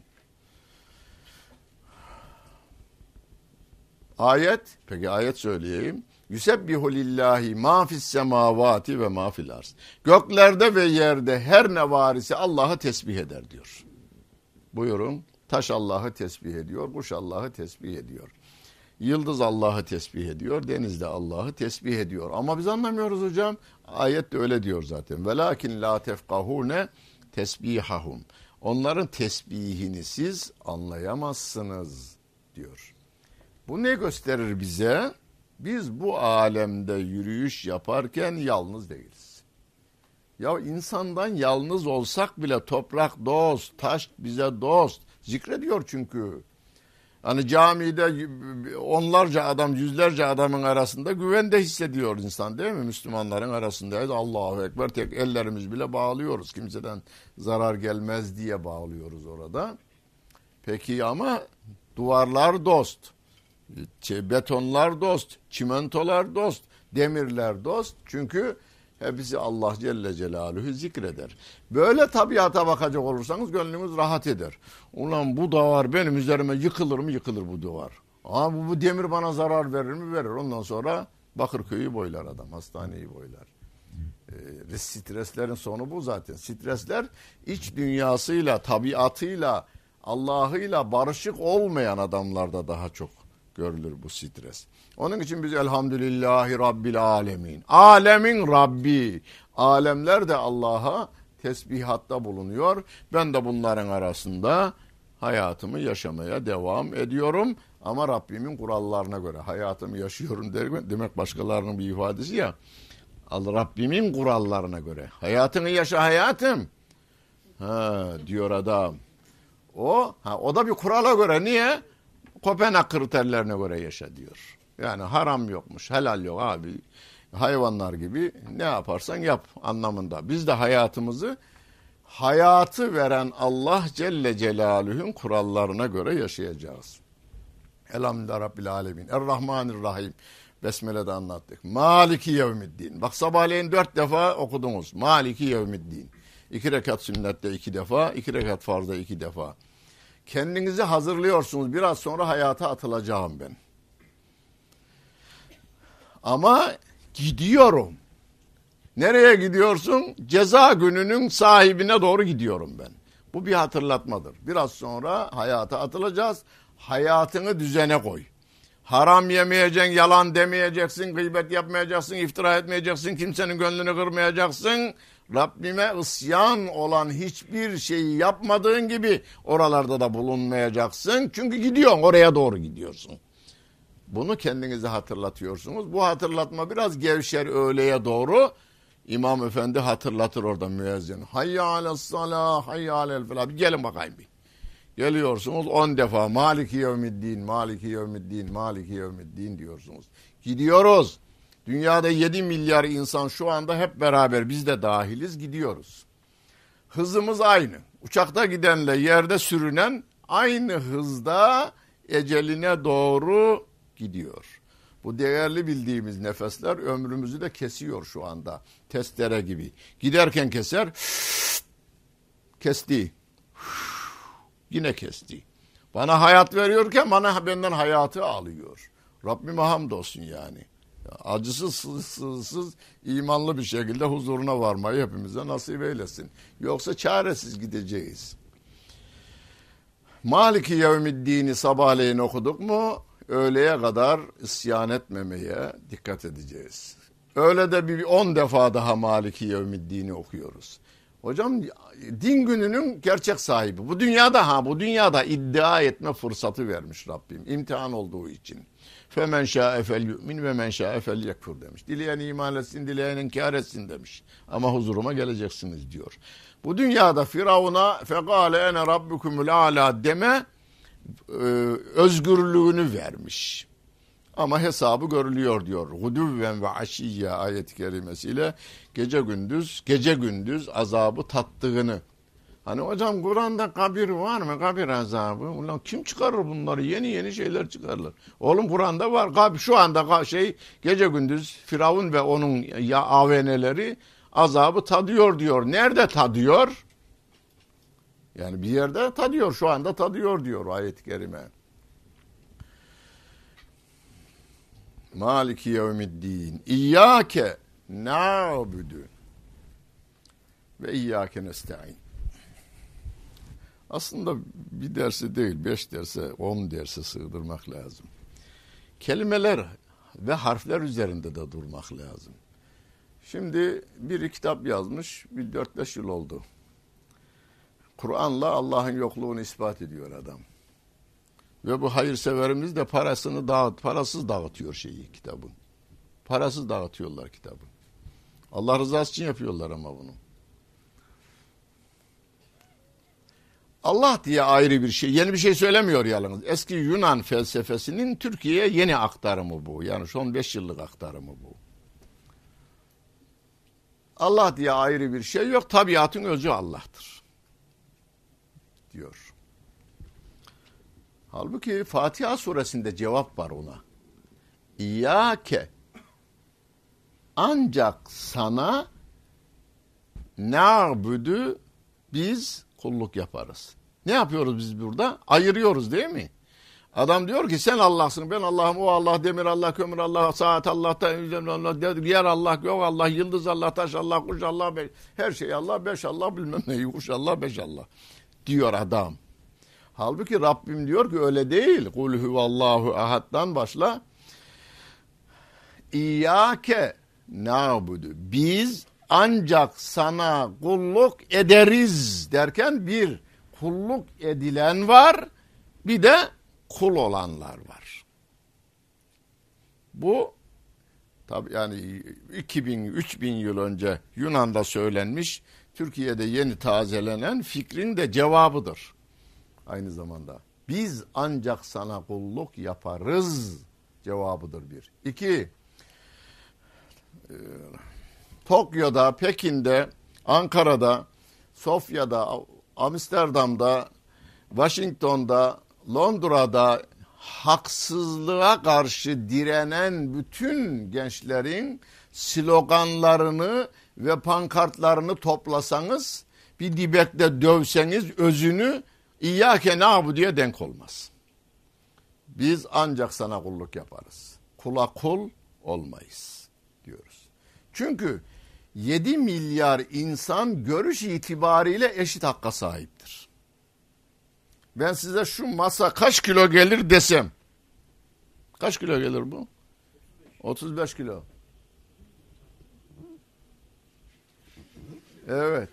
Ayet, peki ayet söyleyeyim. Yusebbihu lillahi ma fis semavati ve ma fil arz. Göklerde ve yerde her ne var ise Allah'ı tesbih eder diyor. Buyurun. Taş Allah'ı tesbih ediyor, kuş Allah'ı tesbih ediyor. Yıldız Allah'ı tesbih ediyor, deniz de Allah'ı tesbih ediyor. Ama biz anlamıyoruz hocam. Ayet de öyle diyor zaten. Velakin la tefkahune tesbihahum. Onların tesbihini siz anlayamazsınız diyor. Bu ne gösterir bize? Biz bu alemde yürüyüş yaparken yalnız değiliz. Ya insandan yalnız olsak bile toprak dost, taş bize dost. Zikrediyor çünkü. Hani camide onlarca adam, yüzlerce adamın arasında güvende hissediyor insan değil mi? Müslümanların arasındayız. Allahu Ekber, tek ellerimiz bile bağlıyoruz. Kimseden zarar gelmez diye bağlıyoruz orada. Peki ama duvarlar dost, betonlar dost, çimentolar dost, demirler dost. Çünkü hepsi Allah Celle Celaluhu zikreder. Böyle tabiata bakacak olursanız gönlünüz rahat eder. Ulan bu duvar benim üzerime yıkılır mı? Yıkılır bu duvar. Bu demir bana zarar verir mi? Verir. Ondan sonra Bakırköy'ü boylar adam, hastaneyi boylar. Streslerin sonu bu zaten. Stresler iç dünyasıyla, tabiatıyla, Allah'ıyla barışık olmayan adamlarda daha çok görülür bu stres. Onun için biz elhamdülillahi Rabbil alemin. Alemin Rabbi. Alemler de Allah'a tesbihatta bulunuyor. Ben de bunların arasında hayatımı yaşamaya devam ediyorum. Ama Rabbimin kurallarına göre hayatımı yaşıyorum demek başkalarının bir ifadesi ya. Rabbimin kurallarına göre. Hayatını yaşa hayatım. Diyor adam. O da bir kurala göre. Niye? Kopenhag kriterlerine göre yaşa diyor. Yani haram yokmuş, helal yok abi. Hayvanlar gibi ne yaparsan yap anlamında. Biz de hayatı veren Allah Celle Celaluhu'nun kurallarına göre yaşayacağız. Elhamdülillah Rabbil Alemin. Errahmanirrahim. Besmele'de anlattık. Maliki yevmiddin. Bak sabahleyin 4 defa okudunuz. Maliki yevmiddin. 2 rekat sünnette 2 defa, 2 rekat farzda 2 defa. Kendinizi hazırlıyorsunuz. Biraz sonra hayata atılacağım ben. Ama gidiyorum. Nereye gidiyorsun? Ceza gününün sahibine doğru gidiyorum ben. Bu bir hatırlatmadır. Biraz sonra hayata atılacağız. Hayatını düzene koy. Haram yemeyeceksin, yalan demeyeceksin, gıybet yapmayacaksın, iftira etmeyeceksin, kimsenin gönlünü kırmayacaksın. Rabbime isyan olan hiçbir şeyi yapmadığın gibi oralarda da bulunmayacaksın. Çünkü gidiyorsun, oraya doğru gidiyorsun. Bunu kendinize hatırlatıyorsunuz. Bu hatırlatma biraz gevşer öğleye doğru. İmam Efendi hatırlatır orada müezzin. Hayya aleyhissalâh, hayya aleyh felâh. Bir gelin bakayım bir. Geliyorsunuz 10 defa Maliki yevmiddin, Maliki yevmiddin, Maliki yevmiddin diyorsunuz. Gidiyoruz. Dünyada 7 milyar insan şu anda hep beraber biz de dahiliz gidiyoruz. Hızımız aynı. Uçakta gidenle yerde sürünen aynı hızda eceline doğru gidiyor. Bu değerli bildiğimiz nefesler ömrümüzü de kesiyor şu anda. Testere gibi. Giderken keser. Kesti. Yine kesti. Bana hayat veriyorken benden hayatı alıyor. Rabbime hamdolsun yani. Acısız, sızsız, imanlı bir şekilde huzuruna varmayı hepimize nasip eylesin. Yoksa çaresiz gideceğiz. Maliki yevmiddini sabahleyin okuduk mu öğleye kadar isyan etmemeye dikkat edeceğiz. Öğlede bir 10 defa daha Maliki yevmiddini okuyoruz. Hocam din gününün gerçek sahibi. Bu dünyada iddia etme fırsatı vermiş Rabbim. İmtihan olduğu için. Femen şa'e fel yu'min ve men şa'e fel yekfur demiş. Dileyen iman etsin, dileyen inkar etsin demiş. Ama huzuruma geleceksiniz diyor. Bu dünyada Firavun'a fekale ene rabbukumul a'la deme özgürlüğünü vermiş. Ama hesabı görülüyor diyor. Gudüvven ve aşiyye ayet-i kerimesiyle gece gündüz azabı tattığını. Hani hocam Kur'an'da kabir var mı? Kabir azabı. Ulan kim çıkarır bunları? Yeni şeyler çıkarılır. Oğlum Kur'an'da var. Şu anda gece gündüz Firavun ve onun aveneleri azabı tadıyor diyor. Nerede tadıyor? Yani bir yerde tadıyor. Şu anda tadıyor diyor ayet-i kerime. Maliki yevmiddin. İyyâke na'budu ve iyyâke nesta'in. Aslında bir derse değil, 5 derse, 10 derse sığdırmak lazım. Kelimeler ve harfler üzerinde de durmak lazım. Şimdi bir kitap yazmış, bir 4-5 yıl oldu. Kur'an'la Allah'ın yokluğunu ispat ediyor adam. Ve bu hayırseverimiz de parasız dağıtıyor kitabın. Parasız dağıtıyorlar kitabı. Allah rızası için yapıyorlar ama bunu. Allah diye ayrı bir şey, yeni bir şey söylemiyor yalnız. Eski Yunan felsefesinin Türkiye'ye yeni aktarımı bu. Yani son 5 yıllık aktarımı bu. Allah diye ayrı bir şey yok, tabiatın özü Allah'tır diyor. Halbuki Fatiha suresinde cevap var ona. İyyâke, ancak sana na'budu, biz kulluk yaparız. Ne yapıyoruz biz burada? Ayırıyoruz değil mi? Adam diyor ki sen Allah'sın, ben Allah'ım, o Allah, demir Allah, kömür Allah, saat Allah, yer Allah, gök Allah, yıldız Allah, taş Allah, kuş Allah, her şey Allah, 5 Allah, bilmem ne, kuş Allah, 5 Allah diyor adam. Halbuki Rabbim diyor ki öyle değil. Kul huvallahu ahad'dan başla. İyyâke na'budu. Biz ancak sana kulluk ederiz derken bir kulluk edilen var, bir de kul olanlar var. Bu tabii yani 2000-3000 yıl önce Yunan'da söylenmiş, Türkiye'de yeni tazelenen fikrin de cevabıdır. Aynı zamanda biz ancak sana kulluk yaparız cevabıdır bir. 2, Tokyo'da, Pekin'de, Ankara'da, Sofya'da, Amsterdam'da, Washington'da, Londra'da haksızlığa karşı direnen bütün gençlerin sloganlarını ve pankartlarını toplasanız, bir dibekle dövseniz özünü İyyâke na'budu diye denk olmaz. Biz ancak sana kulluk yaparız. Kula kul olmayız diyoruz. Çünkü 7 milyar insan görüş itibariyle eşit hakka sahiptir. Ben size şu masa kaç kilo gelir desem, kaç kilo gelir bu? 35 kilo. Evet.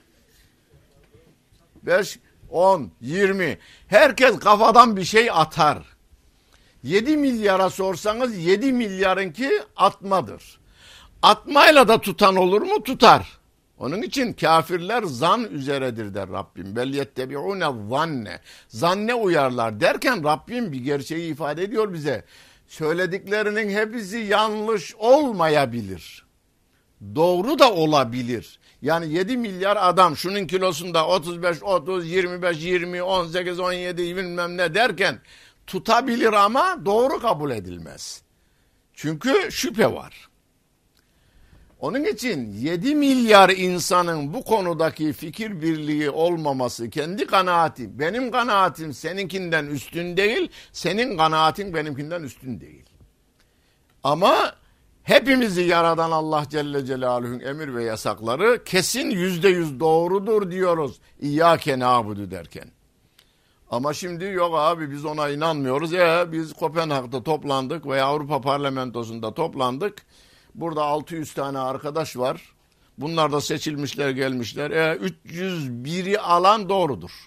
5, 10, 20. Herkes kafadan bir şey atar. 7 milyara sorsanız 7 milyarınki atmadır. Atmayla da tutan olur mu? Tutar. Onun için kafirler zan üzeredir der Rabbim. Bel yettebi'une zanne. Zanne uyarlar derken Rabbim bir gerçeği ifade ediyor bize. Söylediklerinin hepsi yanlış olmayabilir. Doğru da olabilir. Yani 7 milyar adam şunun kilosunda 35, 30, 25, 20, 18, 17 bilmem ne derken tutabilir ama doğru kabul edilmez. Çünkü şüphe var. Onun için 7 milyar insanın bu konudaki fikir birliği olmaması kendi kanaatim, benim kanaatim seninkinden üstün değil, senin kanaatin benimkinden üstün değil. Ama hepimizi yaradan Allah Celle Celaluhu'nun emir ve yasakları kesin %100 doğrudur diyoruz İyyâke na'budu derken. Ama şimdi yok abi biz ona inanmıyoruz. Biz Kopenhag'da toplandık veya Avrupa Parlamentosu'nda toplandık. Burada 600 tane arkadaş var. Bunlar da seçilmişler gelmişler. 301'i alan doğrudur.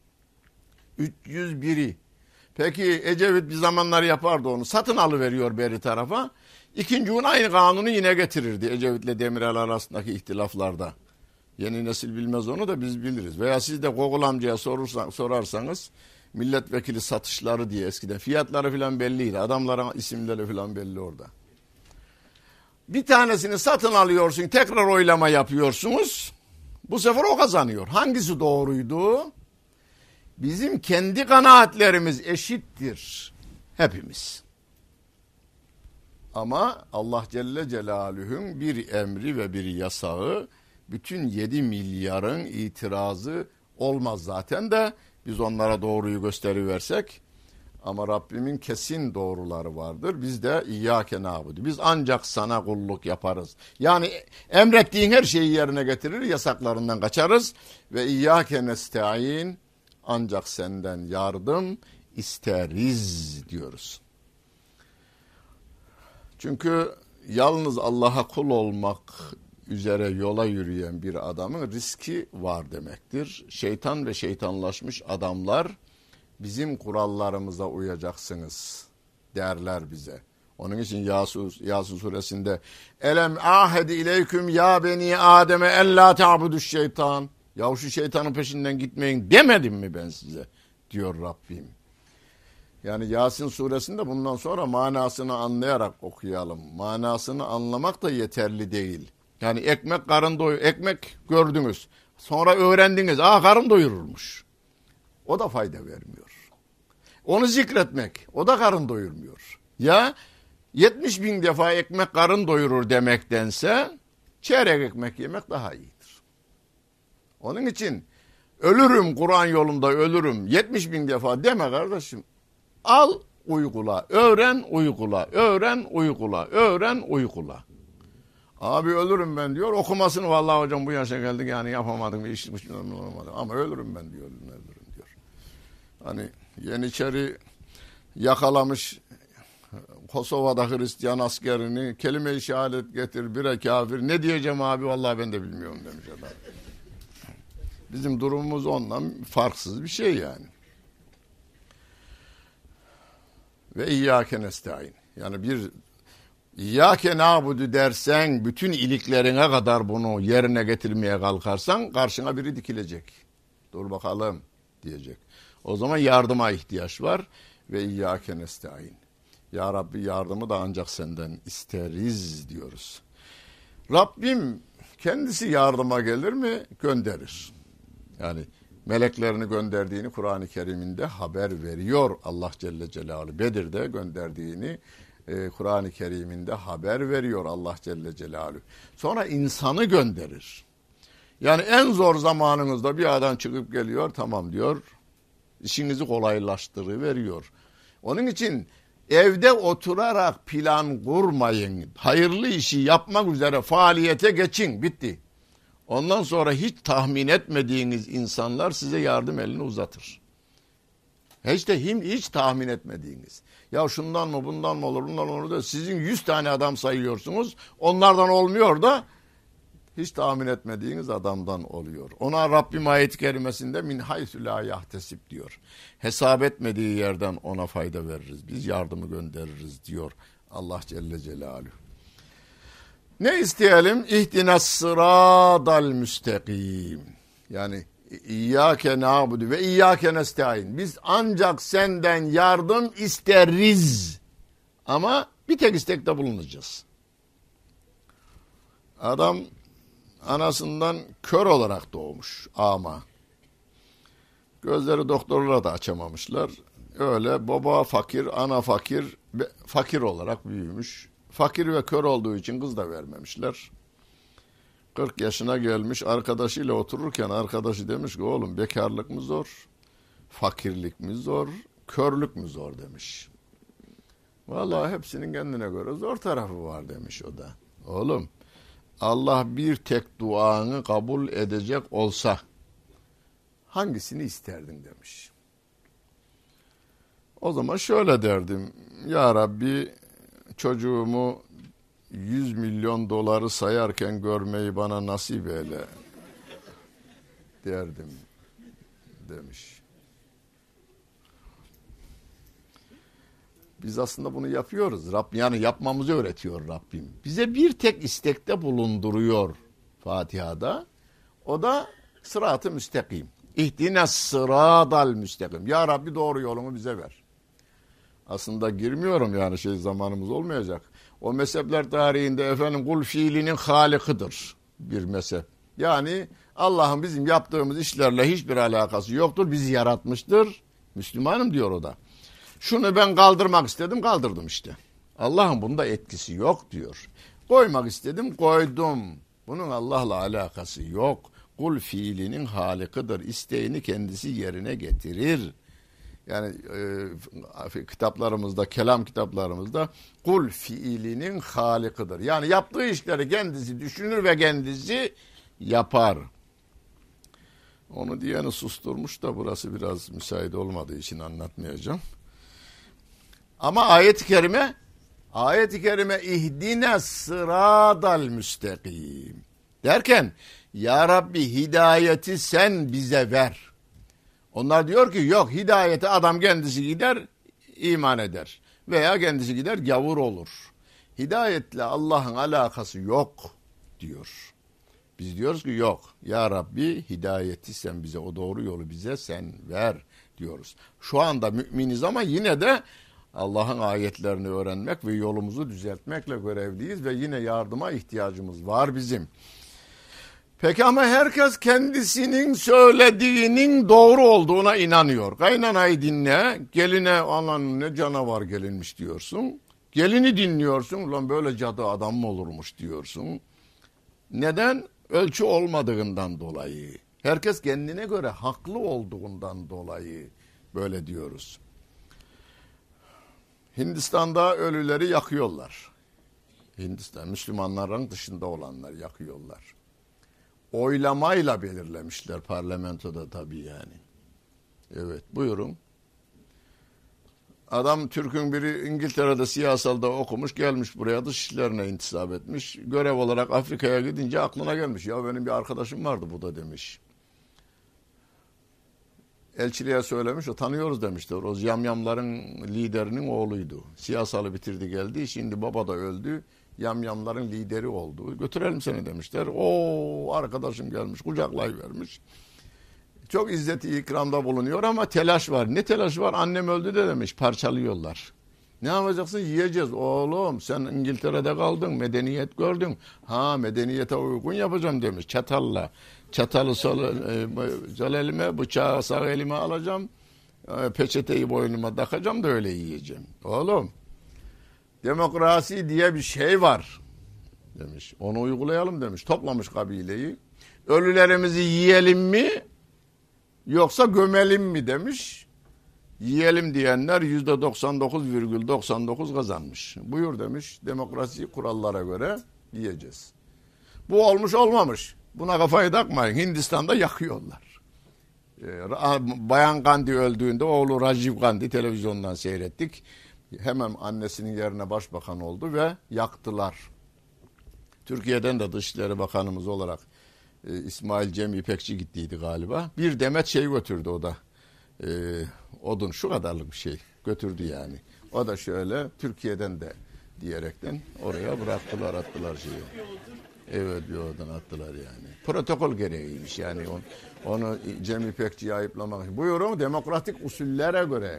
301'i. Peki Ecevit bir zamanlar yapardı onu. Satın alıveriyor beri tarafa. İkinci gün aynı kanunu yine getirirdi Ecevit'le Demirel arasındaki ihtilaflarda. Yeni nesil bilmez onu da biz biliriz. Veya siz de Gogol amcaya sorarsanız milletvekili satışları diye eskiden fiyatları falan belliydi. Adamların isimleri falan belli orada. Bir tanesini satın alıyorsun, tekrar oylama yapıyorsunuz. Bu sefer o kazanıyor. Hangisi doğruydu? Bizim kendi kanaatlerimiz eşittir. Hepimiz. Ama Allah Celle Celaluhu'nun bir emri ve bir yasağı bütün 7 milyarın itirazı olmaz zaten de biz onlara doğruyu gösteriversek. Ama Rabbimin kesin doğruları vardır. Biz de İyyâke nâbudu. Biz ancak sana kulluk yaparız. Yani emrettiğin her şeyi yerine getirir, yasaklarından kaçarız. Ve İyyâke nesta'in, ancak senden yardım isteriz diyoruz. Çünkü yalnız Allah'a kul olmak üzere yola yürüyen bir adamın riski var demektir. Şeytan ve şeytanlaşmış adamlar bizim kurallarımıza uyacaksınız derler bize. Onun için Yasin suresinde Elem ahedi ileyküm ya beni Adem'e ella ta'buduş şeytan. Ya şu şeytanın peşinden gitmeyin demedim mi ben size diyor Rabbim. Yani Yasin suresinde bundan sonra manasını anlayarak okuyalım. Manasını anlamak da yeterli değil. Yani ekmek gördünüz. Sonra öğrendiniz. Karın doyururmuş. O da fayda vermiyor. Onu zikretmek, o da karın doyurmuyor. Ya 70 bin defa ekmek karın doyurur demektense çeyrek ekmek yemek daha iyidir. Onun için ölürüm Kur'an yolunda ölürüm 70 bin defa deme kardeşim. Al uygula, öğren uygula, öğren uygula, öğren uygula. Abi ölürüm ben diyor. Okumasını vallahi hocam bu yaşa geldik yani yapamadım, bir işmiş olmadı. Ama ölürüm ben diyor, ölürüm diyor. Hani Yeniçeri yakalamış Kosova'da Hristiyan askerini, kelime-i şehadet getir bire kafir. Ne diyeceğim abi vallahi ben de bilmiyorum demiş adam. Bizim durumumuz ondan farksız bir şey yani. Ve İyyâke nesta'in. Yani bir İyyâke nâbudu dersen, bütün iliklerine kadar bunu yerine getirmeye kalkarsan karşına biri dikilecek. Dur bakalım diyecek. O zaman yardıma ihtiyaç var ve İyyâke nesta'in. Ya Rabbi yardımı da ancak senden isteriz diyoruz. Rabbim kendisi yardıma gelir mi? Gönderir. Yani meleklerini gönderdiğini Kur'an-ı Kerim'inde haber veriyor Allah Celle Celaluhu. Bedir'de gönderdiğini Kur'an-ı Kerim'inde haber veriyor Allah Celle Celaluhu. Sonra insanı gönderir. Yani en zor zamanınızda bir adam çıkıp geliyor, tamam diyor, işinizi kolaylaştırıveriyor. Onun için evde oturarak plan kurmayın. Hayırlı işi yapmak üzere faaliyete geçin, bitti. Ondan sonra hiç tahmin etmediğiniz insanlar size yardım elini uzatır. Hiç tahmin etmediğiniz. Ya şundan mı bundan mı olur bundan olur da sizin 100 tane adam sayıyorsunuz. Onlardan olmuyor da hiç tahmin etmediğiniz adamdan oluyor. Ona Rabbim ayet-i kerimesinde min haythu la yahtesib diyor. Hesap etmediği yerden ona fayda veririz. Biz yardımı göndeririz diyor Allah Celle Celaluhu. Ne isteyelim? İhtinas sıradal müstakim. Yani İyyâke nâbudu ve İyyâke nesta'in. Biz ancak senden yardım isteriz. Ama bir tek istekte bulunacağız. Adam anasından kör olarak doğmuş ama. Gözleri doktorlara da açamamışlar. Öyle baba fakir, ana fakir, fakir olarak büyümüş. Fakir ve kör olduğu için kız da vermemişler. 40 yaşına gelmiş, arkadaşıyla otururken arkadaşı demiş ki oğlum bekarlık mı zor, fakirlik mi zor, körlük mü zor demiş. Vallahi hepsinin kendine göre zor tarafı var demiş o da. Oğlum Allah bir tek duanı kabul edecek olsa hangisini isterdin demiş. O zaman şöyle derdim. Ya Rabbi, çocuğumu 100 milyon doları sayarken görmeyi bana nasip eyle derdim demiş. Biz aslında bunu yapıyoruz. Yani yapmamızı öğretiyor Rabbim. Bize bir tek istekte bulunduruyor Fatiha'da. O da sırat-ı müstakim. İhdine sıradal müstakim. Ya Rabbi, doğru yolunu bize ver. Aslında girmiyorum, yani zamanımız olmayacak. O mezhepler tarihinde efendim kul fiilinin halikidir bir mezhep. Yani Allah'ın bizim yaptığımız işlerle hiçbir alakası yoktur. Bizi yaratmıştır. Müslümanım diyor o da. Şunu ben kaldırmak istedim, kaldırdım işte. Allah'ın bunda etkisi yok diyor. Koymak istedim, koydum. Bunun Allah'la alakası yok. Kul fiilinin halikidir. İsteğini kendisi yerine getirir. Yani kitaplarımızda, kelam kitaplarımızda kul fiilinin halikidir. Yani yaptığı işleri kendisi düşünür ve kendisi yapar. Onu diyeni susturmuş da burası biraz müsait olmadığı için anlatmayacağım. Ama ayet-i kerime ihdine sıradal müstakim derken ya Rabbi, hidayeti sen bize ver. Onlar diyor ki yok, hidayete adam kendisi gider iman eder veya kendisi gider gavur olur. Hidayetle Allah'ın alakası yok diyor. Biz diyoruz ki yok, ya Rabbi, hidayeti sen bize, o doğru yolu bize sen ver diyoruz. Şu anda müminiz ama yine de Allah'ın ayetlerini öğrenmek ve yolumuzu düzeltmekle görevliyiz ve yine yardıma ihtiyacımız var bizim. Peki ama herkes kendisinin söylediğinin doğru olduğuna inanıyor. Kaynanayı dinle, geline anan ne canavar gelinmiş diyorsun. Gelini dinliyorsun, ulan böyle cadı adam mı olurmuş diyorsun. Neden? Ölçü olmadığından dolayı. Herkes kendine göre haklı olduğundan dolayı böyle diyoruz. Hindistan'da ölüleri yakıyorlar. Hindistan, Müslümanların dışında olanlar yakıyorlar. Oylamayla belirlemişler parlamentoda tabii yani. Evet, buyurun. Adam, Türk'ün biri İngiltere'de siyasalda okumuş, gelmiş buraya, dışişlerine intisap etmiş. Görev olarak Afrika'ya gidince aklına gelmiş. Ya benim bir arkadaşım vardı burada demiş. Elçiliğe söylemiş, o tanıyoruz demişler. O yamyamların liderinin oğluydu. Siyasalı bitirdi geldi, şimdi baba da öldü. Yamyamların lideri oldu. Götürelim seni demişler. O arkadaşım gelmiş, kucaklayıvermiş. Çok izzeti ikramda bulunuyor ama telaş var. Ne telaş var? Annem öldü de demiş, parçalıyorlar. Ne yapacaksın? Yiyeceğiz. Oğlum sen İngiltere'de kaldın, medeniyet gördün. Ha, medeniyete uygun yapacağım demiş çatalla. Çatalı sol elime, bıçağı sağ elime alacağım. Peçeteyi boynuma takacağım da öyle yiyeceğim. Oğlum, demokrasi diye bir şey var demiş. Onu uygulayalım demiş. Toplamış kabileyi. Ölülerimizi yiyelim mi yoksa gömelim mi demiş. Yiyelim diyenler %99,99 kazanmış. Buyur demiş. Demokrasi kurallara göre yiyeceğiz. Bu olmuş olmamış. Buna kafayı takmayın. Hindistan'da yakıyorlar. Bayan Gandhi öldüğünde oğlu Rajiv Gandhi televizyondan seyrettik. Hemen annesinin yerine başbakan oldu ve yaktılar. Türkiye'den de Dışişleri Bakanımız olarak İsmail Cem İpekçi gittiydi galiba. Bir demet şey götürdü o da. Odun, şu kadarlık bir şey götürdü yani. O da şöyle Türkiye'den de diyerekten oraya bıraktılar, attılar şeyi. Evet, bir oradan attılar yani. Protokol gereğiymiş yani onu Cem İpekçi'yi ayıplamak. Buyurun, demokratik usullere göre.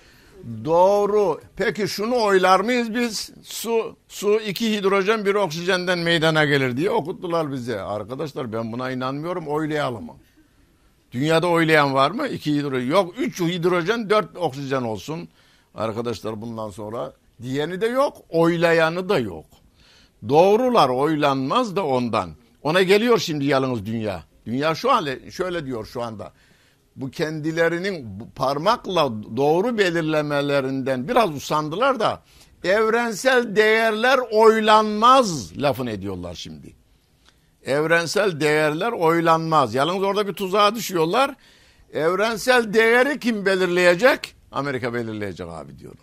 Doğru. Peki şunu oylar mıyız biz? Su 2 hidrojen 1 oksijenden meydana gelir diye okuttular bize. Arkadaşlar, ben buna inanmıyorum, oylayalım. Dünyada oylayan var mı? 2 hidrojen. Yok, 3 hidrojen 4 oksijen olsun. Arkadaşlar, bundan sonra diyeni de yok, oylayanı da yok. Doğrular oylanmaz da ondan. Ona geliyor şimdi yalnız dünya. Dünya şu an şöyle diyor şu anda. Bu kendilerinin parmakla doğru belirlemelerinden biraz usandılar da evrensel değerler oylanmaz lafını ediyorlar şimdi. Evrensel değerler oylanmaz. Yalnız orada bir tuzağa düşüyorlar. Evrensel değeri kim belirleyecek? Amerika belirleyecek abi diyor.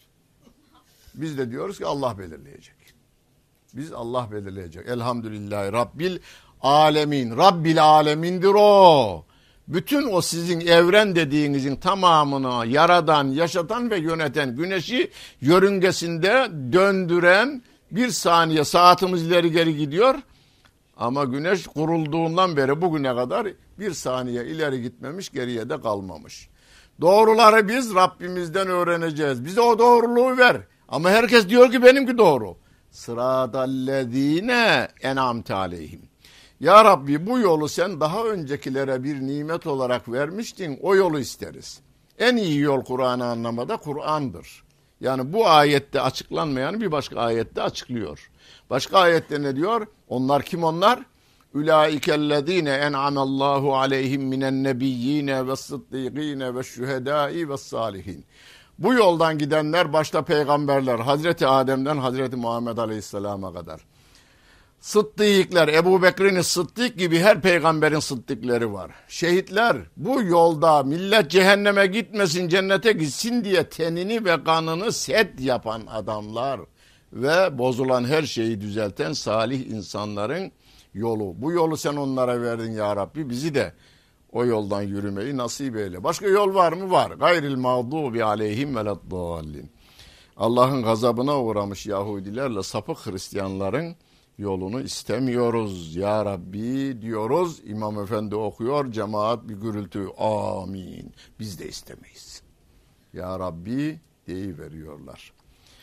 Biz de diyoruz ki Allah belirleyecek. Biz Allah belirleyecek. Elhamdülillahi Rabbil alemin. Rabbil alemindir o. Bütün o sizin evren dediğinizin tamamını yaradan, yaşatan ve yöneten, güneşi yörüngesinde döndüren, bir saniye saatimiz ileri geri gidiyor. Ama güneş kurulduğundan beri bugüne kadar bir saniye ileri gitmemiş, geriye de kalmamış. Doğruları biz Rabbimizden öğreneceğiz. Bize o doğruluğu ver. Ama herkes diyor ki benimki doğru. Sıradallezine en'amte aleyhim. Ya Rabbi bu yolu sen daha öncekilere bir nimet olarak vermiştin. O yolu isteriz. En iyi yol Kur'an'ı anlamada Kur'an'dır. Yani bu ayette açıklanmayanı bir başka ayette açıklıyor. Başka ayette ne diyor? Onlar kim onlar? Ulaikellezine en'amallahu aleyhim minen nebiyyine ve sıddıkine ve şühedai ve salihin. Bu yoldan gidenler başta peygamberler, Hazreti Adem'den Hazreti Muhammed Aleyhisselam'a kadar. Sıddıklar, Ebu Bekir'in Sıddık gibi her peygamberin sıddıkları var. Şehitler, bu yolda millet cehenneme gitmesin, cennete gitsin diye tenini ve kanını set yapan adamlar ve bozulan her şeyi düzelten salih insanların yolu. Bu yolu sen onlara verdin ya Rabbi, bizi de o yoldan yürümeyi nasip eyle. Başka yol var mı? Var. Gayril mağdubi aleyhim veleddallin. Allah'ın gazabına uğramış Yahudilerle sapık Hristiyanların yolunu istemiyoruz ya Rabbi diyoruz. İmam Efendi okuyor, cemaat bir gürültü. Amin. Biz de istemeyiz. Ya Rabbi deyiveriyorlar.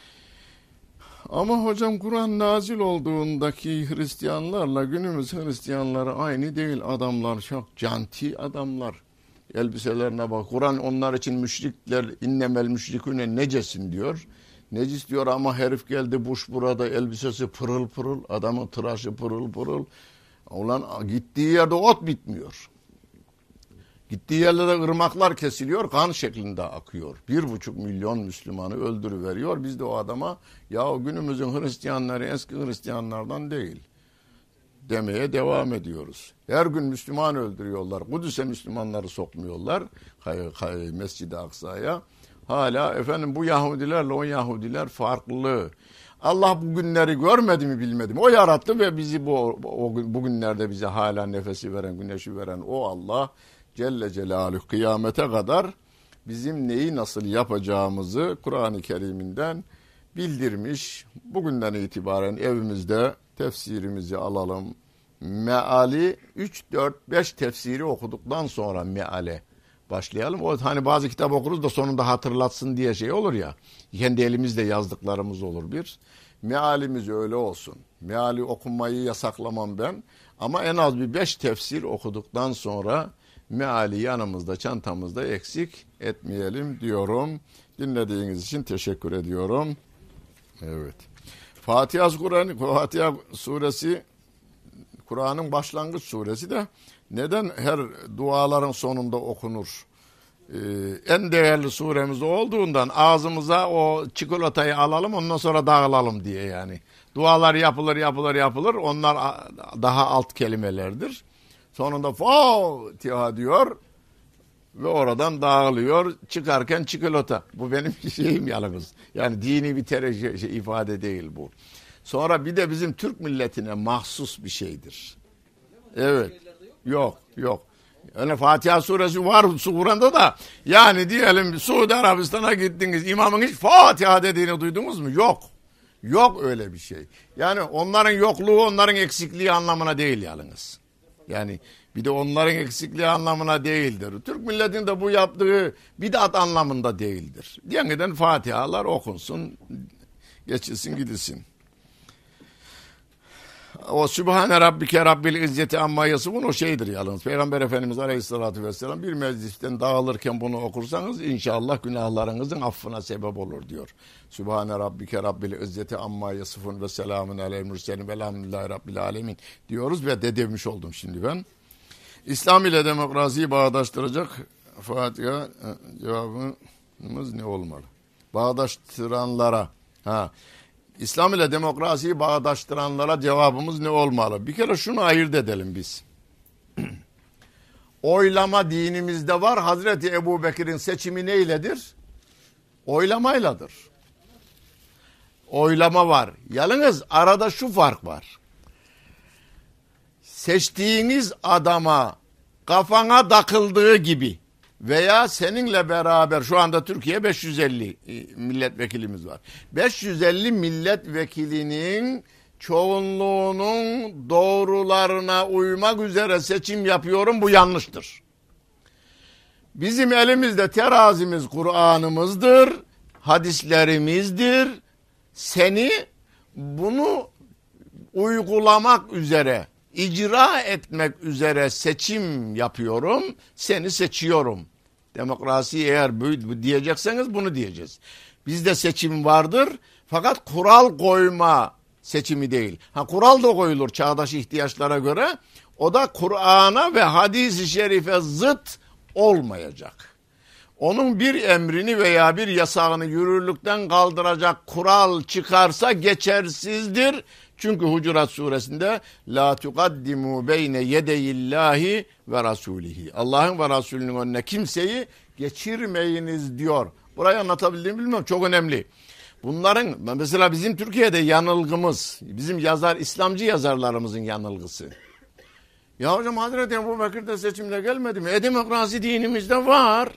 Ama hocam Kur'an nazil olduğundaki Hristiyanlarla günümüz Hristiyanları aynı değil. Adamlar çok canti adamlar. Elbiselerine bak. Kur'an onlar için müşrikler innemel müşriküne necesin diyor. Necis diyor ama herif geldi buş burada elbisesi pırıl pırıl. Adamın tıraşı pırıl pırıl. Ulan gittiği yerde ot bitmiyor. Gittiği yerlerde ırmaklar kesiliyor, kan şeklinde akıyor. 1,5 milyon Müslümanı öldürüveriyor. Biz de o adama ya günümüzün Hristiyanları eski Hristiyanlardan değil demeye devam ediyoruz. Her gün Müslüman öldürüyorlar. Kudüs'e Müslümanları sokmuyorlar. Mescid-i Aksa'ya. Hala efendim bu Yahudilerle o Yahudiler farklı. Allah bu günleri görmedi mi bilmedi mi? O yarattı ve bizi bu günlerde bize hala nefesi veren, güneşi veren o Allah Celle Celaluhu kıyamete kadar bizim neyi nasıl yapacağımızı Kur'an-ı Kerim'inden bildirmiş. Bugünden itibaren evimizde tefsirimizi alalım. Meali 3, 4, 5 tefsiri okuduktan sonra meale başlayalım. O hani bazı kitap okuruz da sonunda hatırlatsın diye şey olur ya. Kendi elimizde yazdıklarımız olur bir. Mealimiz öyle olsun. Meali okunmayı yasaklamam ben. Ama en az bir 5 tefsir okuduktan sonra meali yanımızda, çantamızda eksik etmeyelim diyorum. Dinlediğiniz için teşekkür ediyorum. Evet. Fatiha suresi Kur'an'ın başlangıç suresi de neden her duaların sonunda okunur? En değerli suremiz olduğundan ağzımıza o çikolatayı alalım ondan sonra dağılalım diye yani. Dualar yapılır. Onlar daha alt kelimelerdir. Sonunda Fatiha diyor ve oradan dağılıyor. Çıkarken çikolata. Bu benim şeyim yalnız. Yani dini bir ifade değil bu. Sonra bir de bizim Türk milletine mahsus bir şeydir. Evet. Yok. Öyle Fatiha suresi var Kur'an'da da. Yani diyelim Suudi Arabistan'a gittiniz. İmamın hiç Fatiha dediğini duydunuz mu? Yok. Yok öyle bir şey. Yani onların yokluğu onların eksikliği anlamına değil yalnız. Yani bir de onların eksikliği anlamına değildir. Türk milletinin de bu yaptığı bid'at anlamında değildir. Yeniden Fatihalar okunsun, geçilsin gidilsin. O Sübhane Rabbike Rabbil İzzeti Amma Yasifun o şeydir yalnız. Peygamber Efendimiz Aleyhisselatü Vesselam bir meclisten dağılırken bunu okursanız inşallah günahlarınızın affına sebep olur diyor. Sübhane Rabbike Rabbil İzzeti Amma Yasifun ve selamun aleyhi mürselin velhamdülillahi Rabbil Alemin diyoruz ve de demiş oldum şimdi ben. İslam ile demokrasiyi bağdaştıracak Fatiha cevabımız ne olmalı? Bağdaştıranlara İslam ile demokrasiyi bağdaştıranlara cevabımız ne olmalı? Bir kere şunu ayırt edelim biz. Oylama dinimizde var. Hazreti Ebu Bekir'in seçimi neyledir? oylamayladır. Oylama var. Yalnız arada şu fark var. Seçtiğiniz adama kafana takıldığı gibi veya seninle beraber şu anda Türkiye 550 milletvekilimiz var. 550 milletvekilinin çoğunluğunun doğrularına uymak üzere seçim yapıyorum, bu yanlıştır. Bizim elimizde terazimiz Kur'an'ımızdır, hadislerimizdir. Seni bunu uygulamak üzere, icra etmek üzere seçim yapıyorum, seni seçiyorum. Demokrasi eğer bu diyecekseniz bunu diyeceğiz. Bizde seçim vardır fakat kural koyma seçimi değil. Kural da koyulur çağdaş ihtiyaçlara göre. O da Kur'an'a ve hadis-i şerife zıt olmayacak. Onun bir emrini veya bir yasağını yürürlükten kaldıracak kural çıkarsa geçersizdir. Çünkü Hucurat suresinde la tuqaddimu beyne yedeyillahi ve rasulihi. Allah'ın ve Resulünün önüne kimseyi geçirmeyiniz diyor. Burayı anlatabildiğimi bilmiyorum. Çok önemli. Bunların mesela bizim Türkiye'de yanılgımız, bizim İslamcı yazarlarımızın yanılgısı. Ya hocam Hazreti Ebubekir de seçimle gelmedi mi? Demokrasi dinimizde var.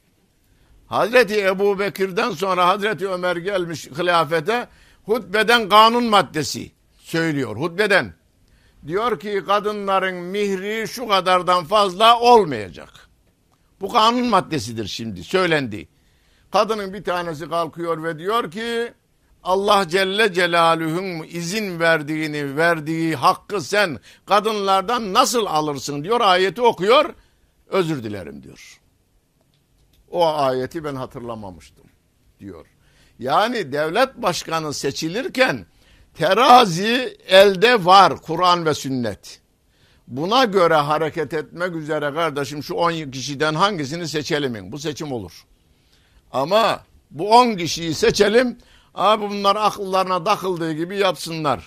Hazreti Ebubekir'den sonra Hazreti Ömer gelmiş hilafete, hutbeden kanun maddesi söylüyor. Hutbeden diyor ki kadınların mihri şu kadardan fazla olmayacak. Bu kanun maddesidir şimdi, söylendi. Kadının bir tanesi kalkıyor ve diyor ki Allah Celle Celaluhu'nun izin verdiği hakkı sen kadınlardan nasıl alırsın diyor, ayeti okuyor, özür dilerim diyor. O ayeti ben hatırlamamıştım diyor. Yani devlet başkanı seçilirken terazi elde var, Kur'an ve sünnet. Buna göre hareket etmek üzere kardeşim şu 10 kişiden hangisini seçelim? Bu seçim olur. Ama bu 10 kişiyi seçelim, abi bunlar akıllarına takıldığı gibi yapsınlar.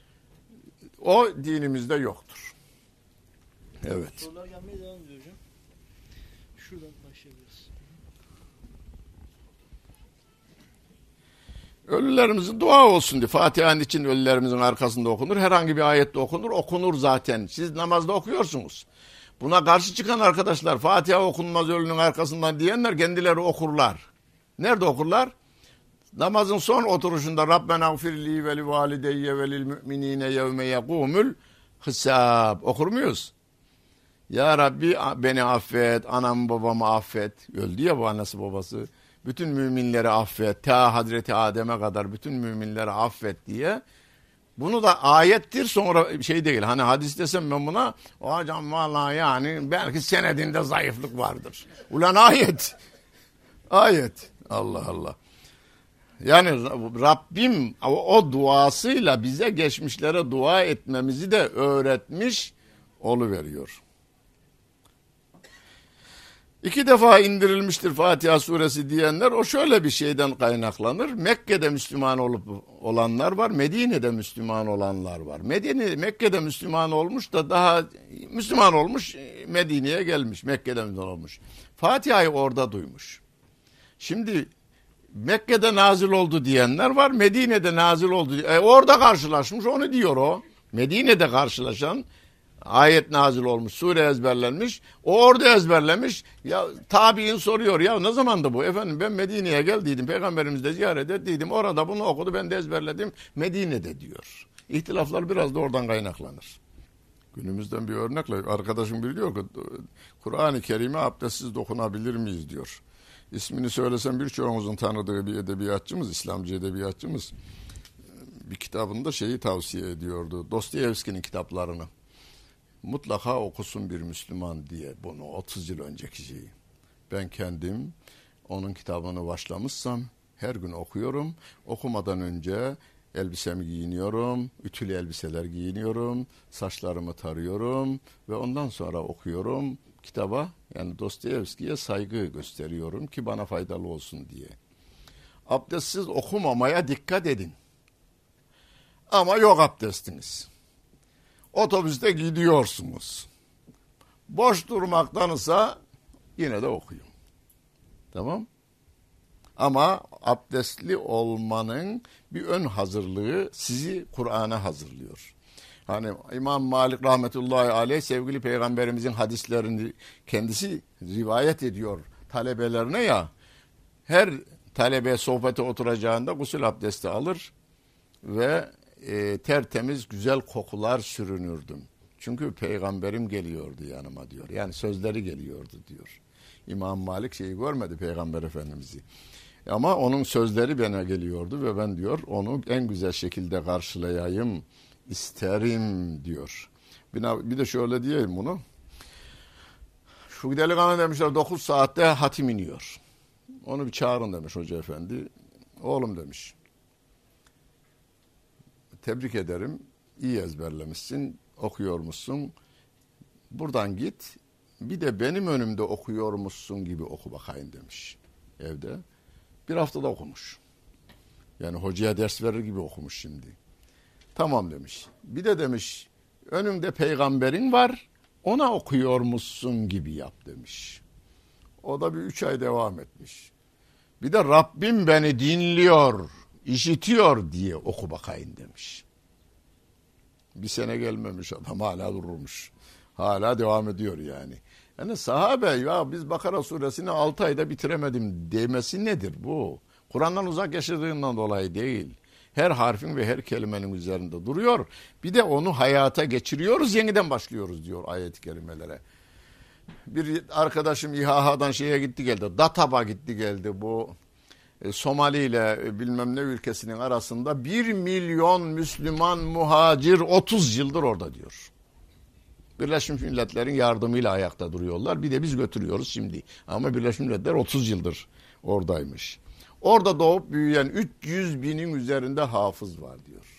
O dinimizde yoktur. Evet. Sorular gelmeye devam ediyor hocam. Şuradan başlayabiliriz. Ölülerimizin dua olsun diye. Fatiha'nın için ölülerimizin arkasında okunur. Herhangi bir ayette okunur. Okunur zaten. Siz namazda okuyorsunuz. Buna karşı çıkan arkadaşlar, Fatiha okunmaz ölünün arkasından diyenler kendileri okurlar. Nerede okurlar? Namazın son oturuşunda Rabbena gfirli ve li valideyye ve lil müminine yevme yekumul hesab. Okur muyuz? Ya Rabbi beni affet, anamı babamı affet. Öldü ya bu annesi babası. Bütün müminleri affet. Ta Hazreti Adem'e kadar bütün müminleri affet diye. Bunu da ayettir, sonra şey değil. Hani hadis desem ben buna, hocam vallahi yani belki senedinde zayıflık vardır. Ulan ayet. Ayet. Allah Allah. Yani Rabbim o duasıyla bize geçmişlere dua etmemizi de öğretmiş oluveriyor. 2 defa indirilmiştir Fatiha suresi diyenler, o şöyle bir şeyden kaynaklanır. Mekke'de Müslüman olanlar var, Medine'de Müslüman olanlar var. Mekke'de Müslüman olmuş da daha Müslüman olmuş, Medine'ye gelmiş, Mekke'de Müslüman olmuş. Fatiha'yı orada duymuş. Şimdi Mekke'de nazil oldu diyenler var, Medine'de nazil oldu. Orada karşılaşmış, onu diyor o. Medine'de karşılaşan, ayet nazil olmuş, sure ezberlenmiş, o orada ezberlemiş. Ya tabiin soruyor, ya ne zamandı bu? Efendim ben Medine'ye geldiydim, peygamberimizi de ziyaret ettiydim, orada bunu okudu, ben de ezberledim, Medine'de diyor. İhtilaflar biraz da oradan kaynaklanır. Günümüzden bir örnekle arkadaşım biri diyor ki Kur'an-ı Kerim'e abdestsiz dokunabilir miyiz diyor. İsmini söylesem birçoğumuzun tanıdığı bir edebiyatçımız, İslamcı edebiyatçımız bir kitabında şeyi tavsiye ediyordu. Dostoyevski'nin kitaplarını. Mutlaka okusun bir Müslüman diye, bunu 30 yıl önceki şeyi. Ben kendim onun kitabını başlamışsam her gün okuyorum. Okumadan önce elbisemi giyiniyorum, ütülü elbiseler giyiniyorum, saçlarımı tarıyorum ve ondan sonra okuyorum kitaba. Yani Dostoyevski'ye saygı gösteriyorum ki bana faydalı olsun diye. Abdestsiz okumamaya dikkat edin. Ama yok abdestiniz. Otobüste gidiyorsunuz. Boş durmaktansa yine de okuyun. Tamam? Ama abdestli olmanın bir ön hazırlığı sizi Kur'an'a hazırlıyor. Hani İmam Malik rahmetullahi aleyh sevgili peygamberimizin hadislerini kendisi rivayet ediyor talebelerine ya. Her talebe sohbete oturacağında gusül abdesti alır ve tertemiz güzel kokular sürünürdüm. Çünkü peygamberim geliyordu yanıma diyor. Yani sözleri geliyordu diyor. İmam Malik şeyi görmedi Peygamber Efendimiz'i. Ama onun sözleri bana geliyordu ve ben diyor onu en güzel şekilde karşılayayım isterim diyor. Bir de şöyle diyeyim bunu. Şu delikanlı demişler 9 saatte hatim iniyor. Onu bir çağırın demiş hoca efendi. Oğlum demiş. Tebrik ederim. İyi ezberlemişsin. Okuyormuşsun. Buradan git. Bir de benim önümde okuyormuşsun gibi oku bakayım demiş. Evde. Bir haftada okumuş. Yani hocaya ders verir gibi okumuş şimdi. Tamam demiş. Bir de demiş önümde peygamberin var. Ona okuyormuşsun gibi yap demiş. O da bir 3 ay devam etmiş. Bir de Rabbim beni dinliyor, işitiyor diye oku bakayım demiş. Bir sene gelmemiş adam hala dururmuş. Hala devam ediyor yani. Yani sahabe ya biz Bakara suresini 6 ayda bitiremedim demesi nedir bu? Kur'an'dan uzak yaşadığından dolayı değil. Her harfin ve her kelimenin üzerinde duruyor. Bir de onu hayata geçiriyoruz, yeniden başlıyoruz diyor ayet-i kerimelere. Bir arkadaşım İHA'dan şeye gitti geldi. DATAB'a gitti geldi bu Somali ile bilmem ne ülkesinin arasında 1 milyon Müslüman muhacir 30 yıldır orada diyor. Birleşmiş Milletler'in yardımıyla ayakta duruyorlar. Bir de biz götürüyoruz şimdi. Ama Birleşmiş Milletler 30 yıldır oradaymış. Orada doğup büyüyen 300 binin üzerinde hafız var diyor.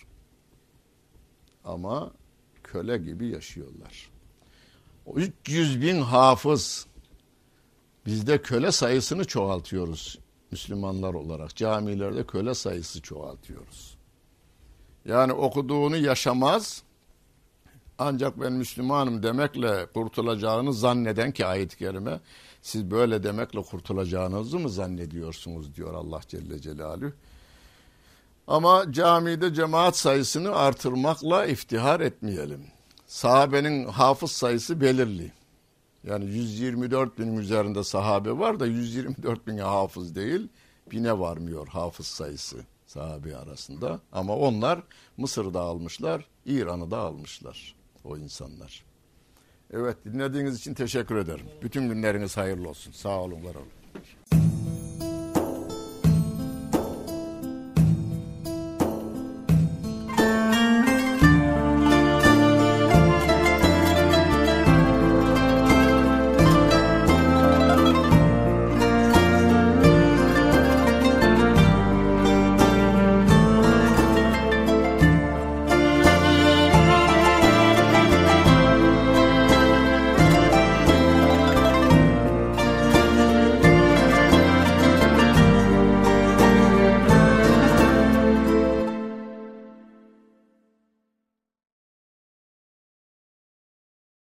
Ama köle gibi yaşıyorlar. O 300 bin hafız. Biz de köle sayısını çoğaltıyoruz Müslümanlar olarak. Camilerde köle sayısı çoğaltıyoruz. Yani okuduğunu yaşamaz. Ancak ben Müslümanım demekle kurtulacağını zanneden ki ayet-i kerime siz böyle demekle kurtulacağınızı mı zannediyorsunuz diyor Allah Celle Celaluhu. Ama camide cemaat sayısını artırmakla iftihar etmeyelim. Sahabenin hafız sayısı belirli. Yani 124 binin üzerinde sahabe var da 124 bine hafız değil, 1000'e varmıyor hafız sayısı sahabe arasında. Ama onlar Mısır'da almışlar, İran'ı da almışlar o insanlar. Evet dinlediğiniz için teşekkür ederim. Bütün günleriniz hayırlı olsun. Sağ olun, var olun.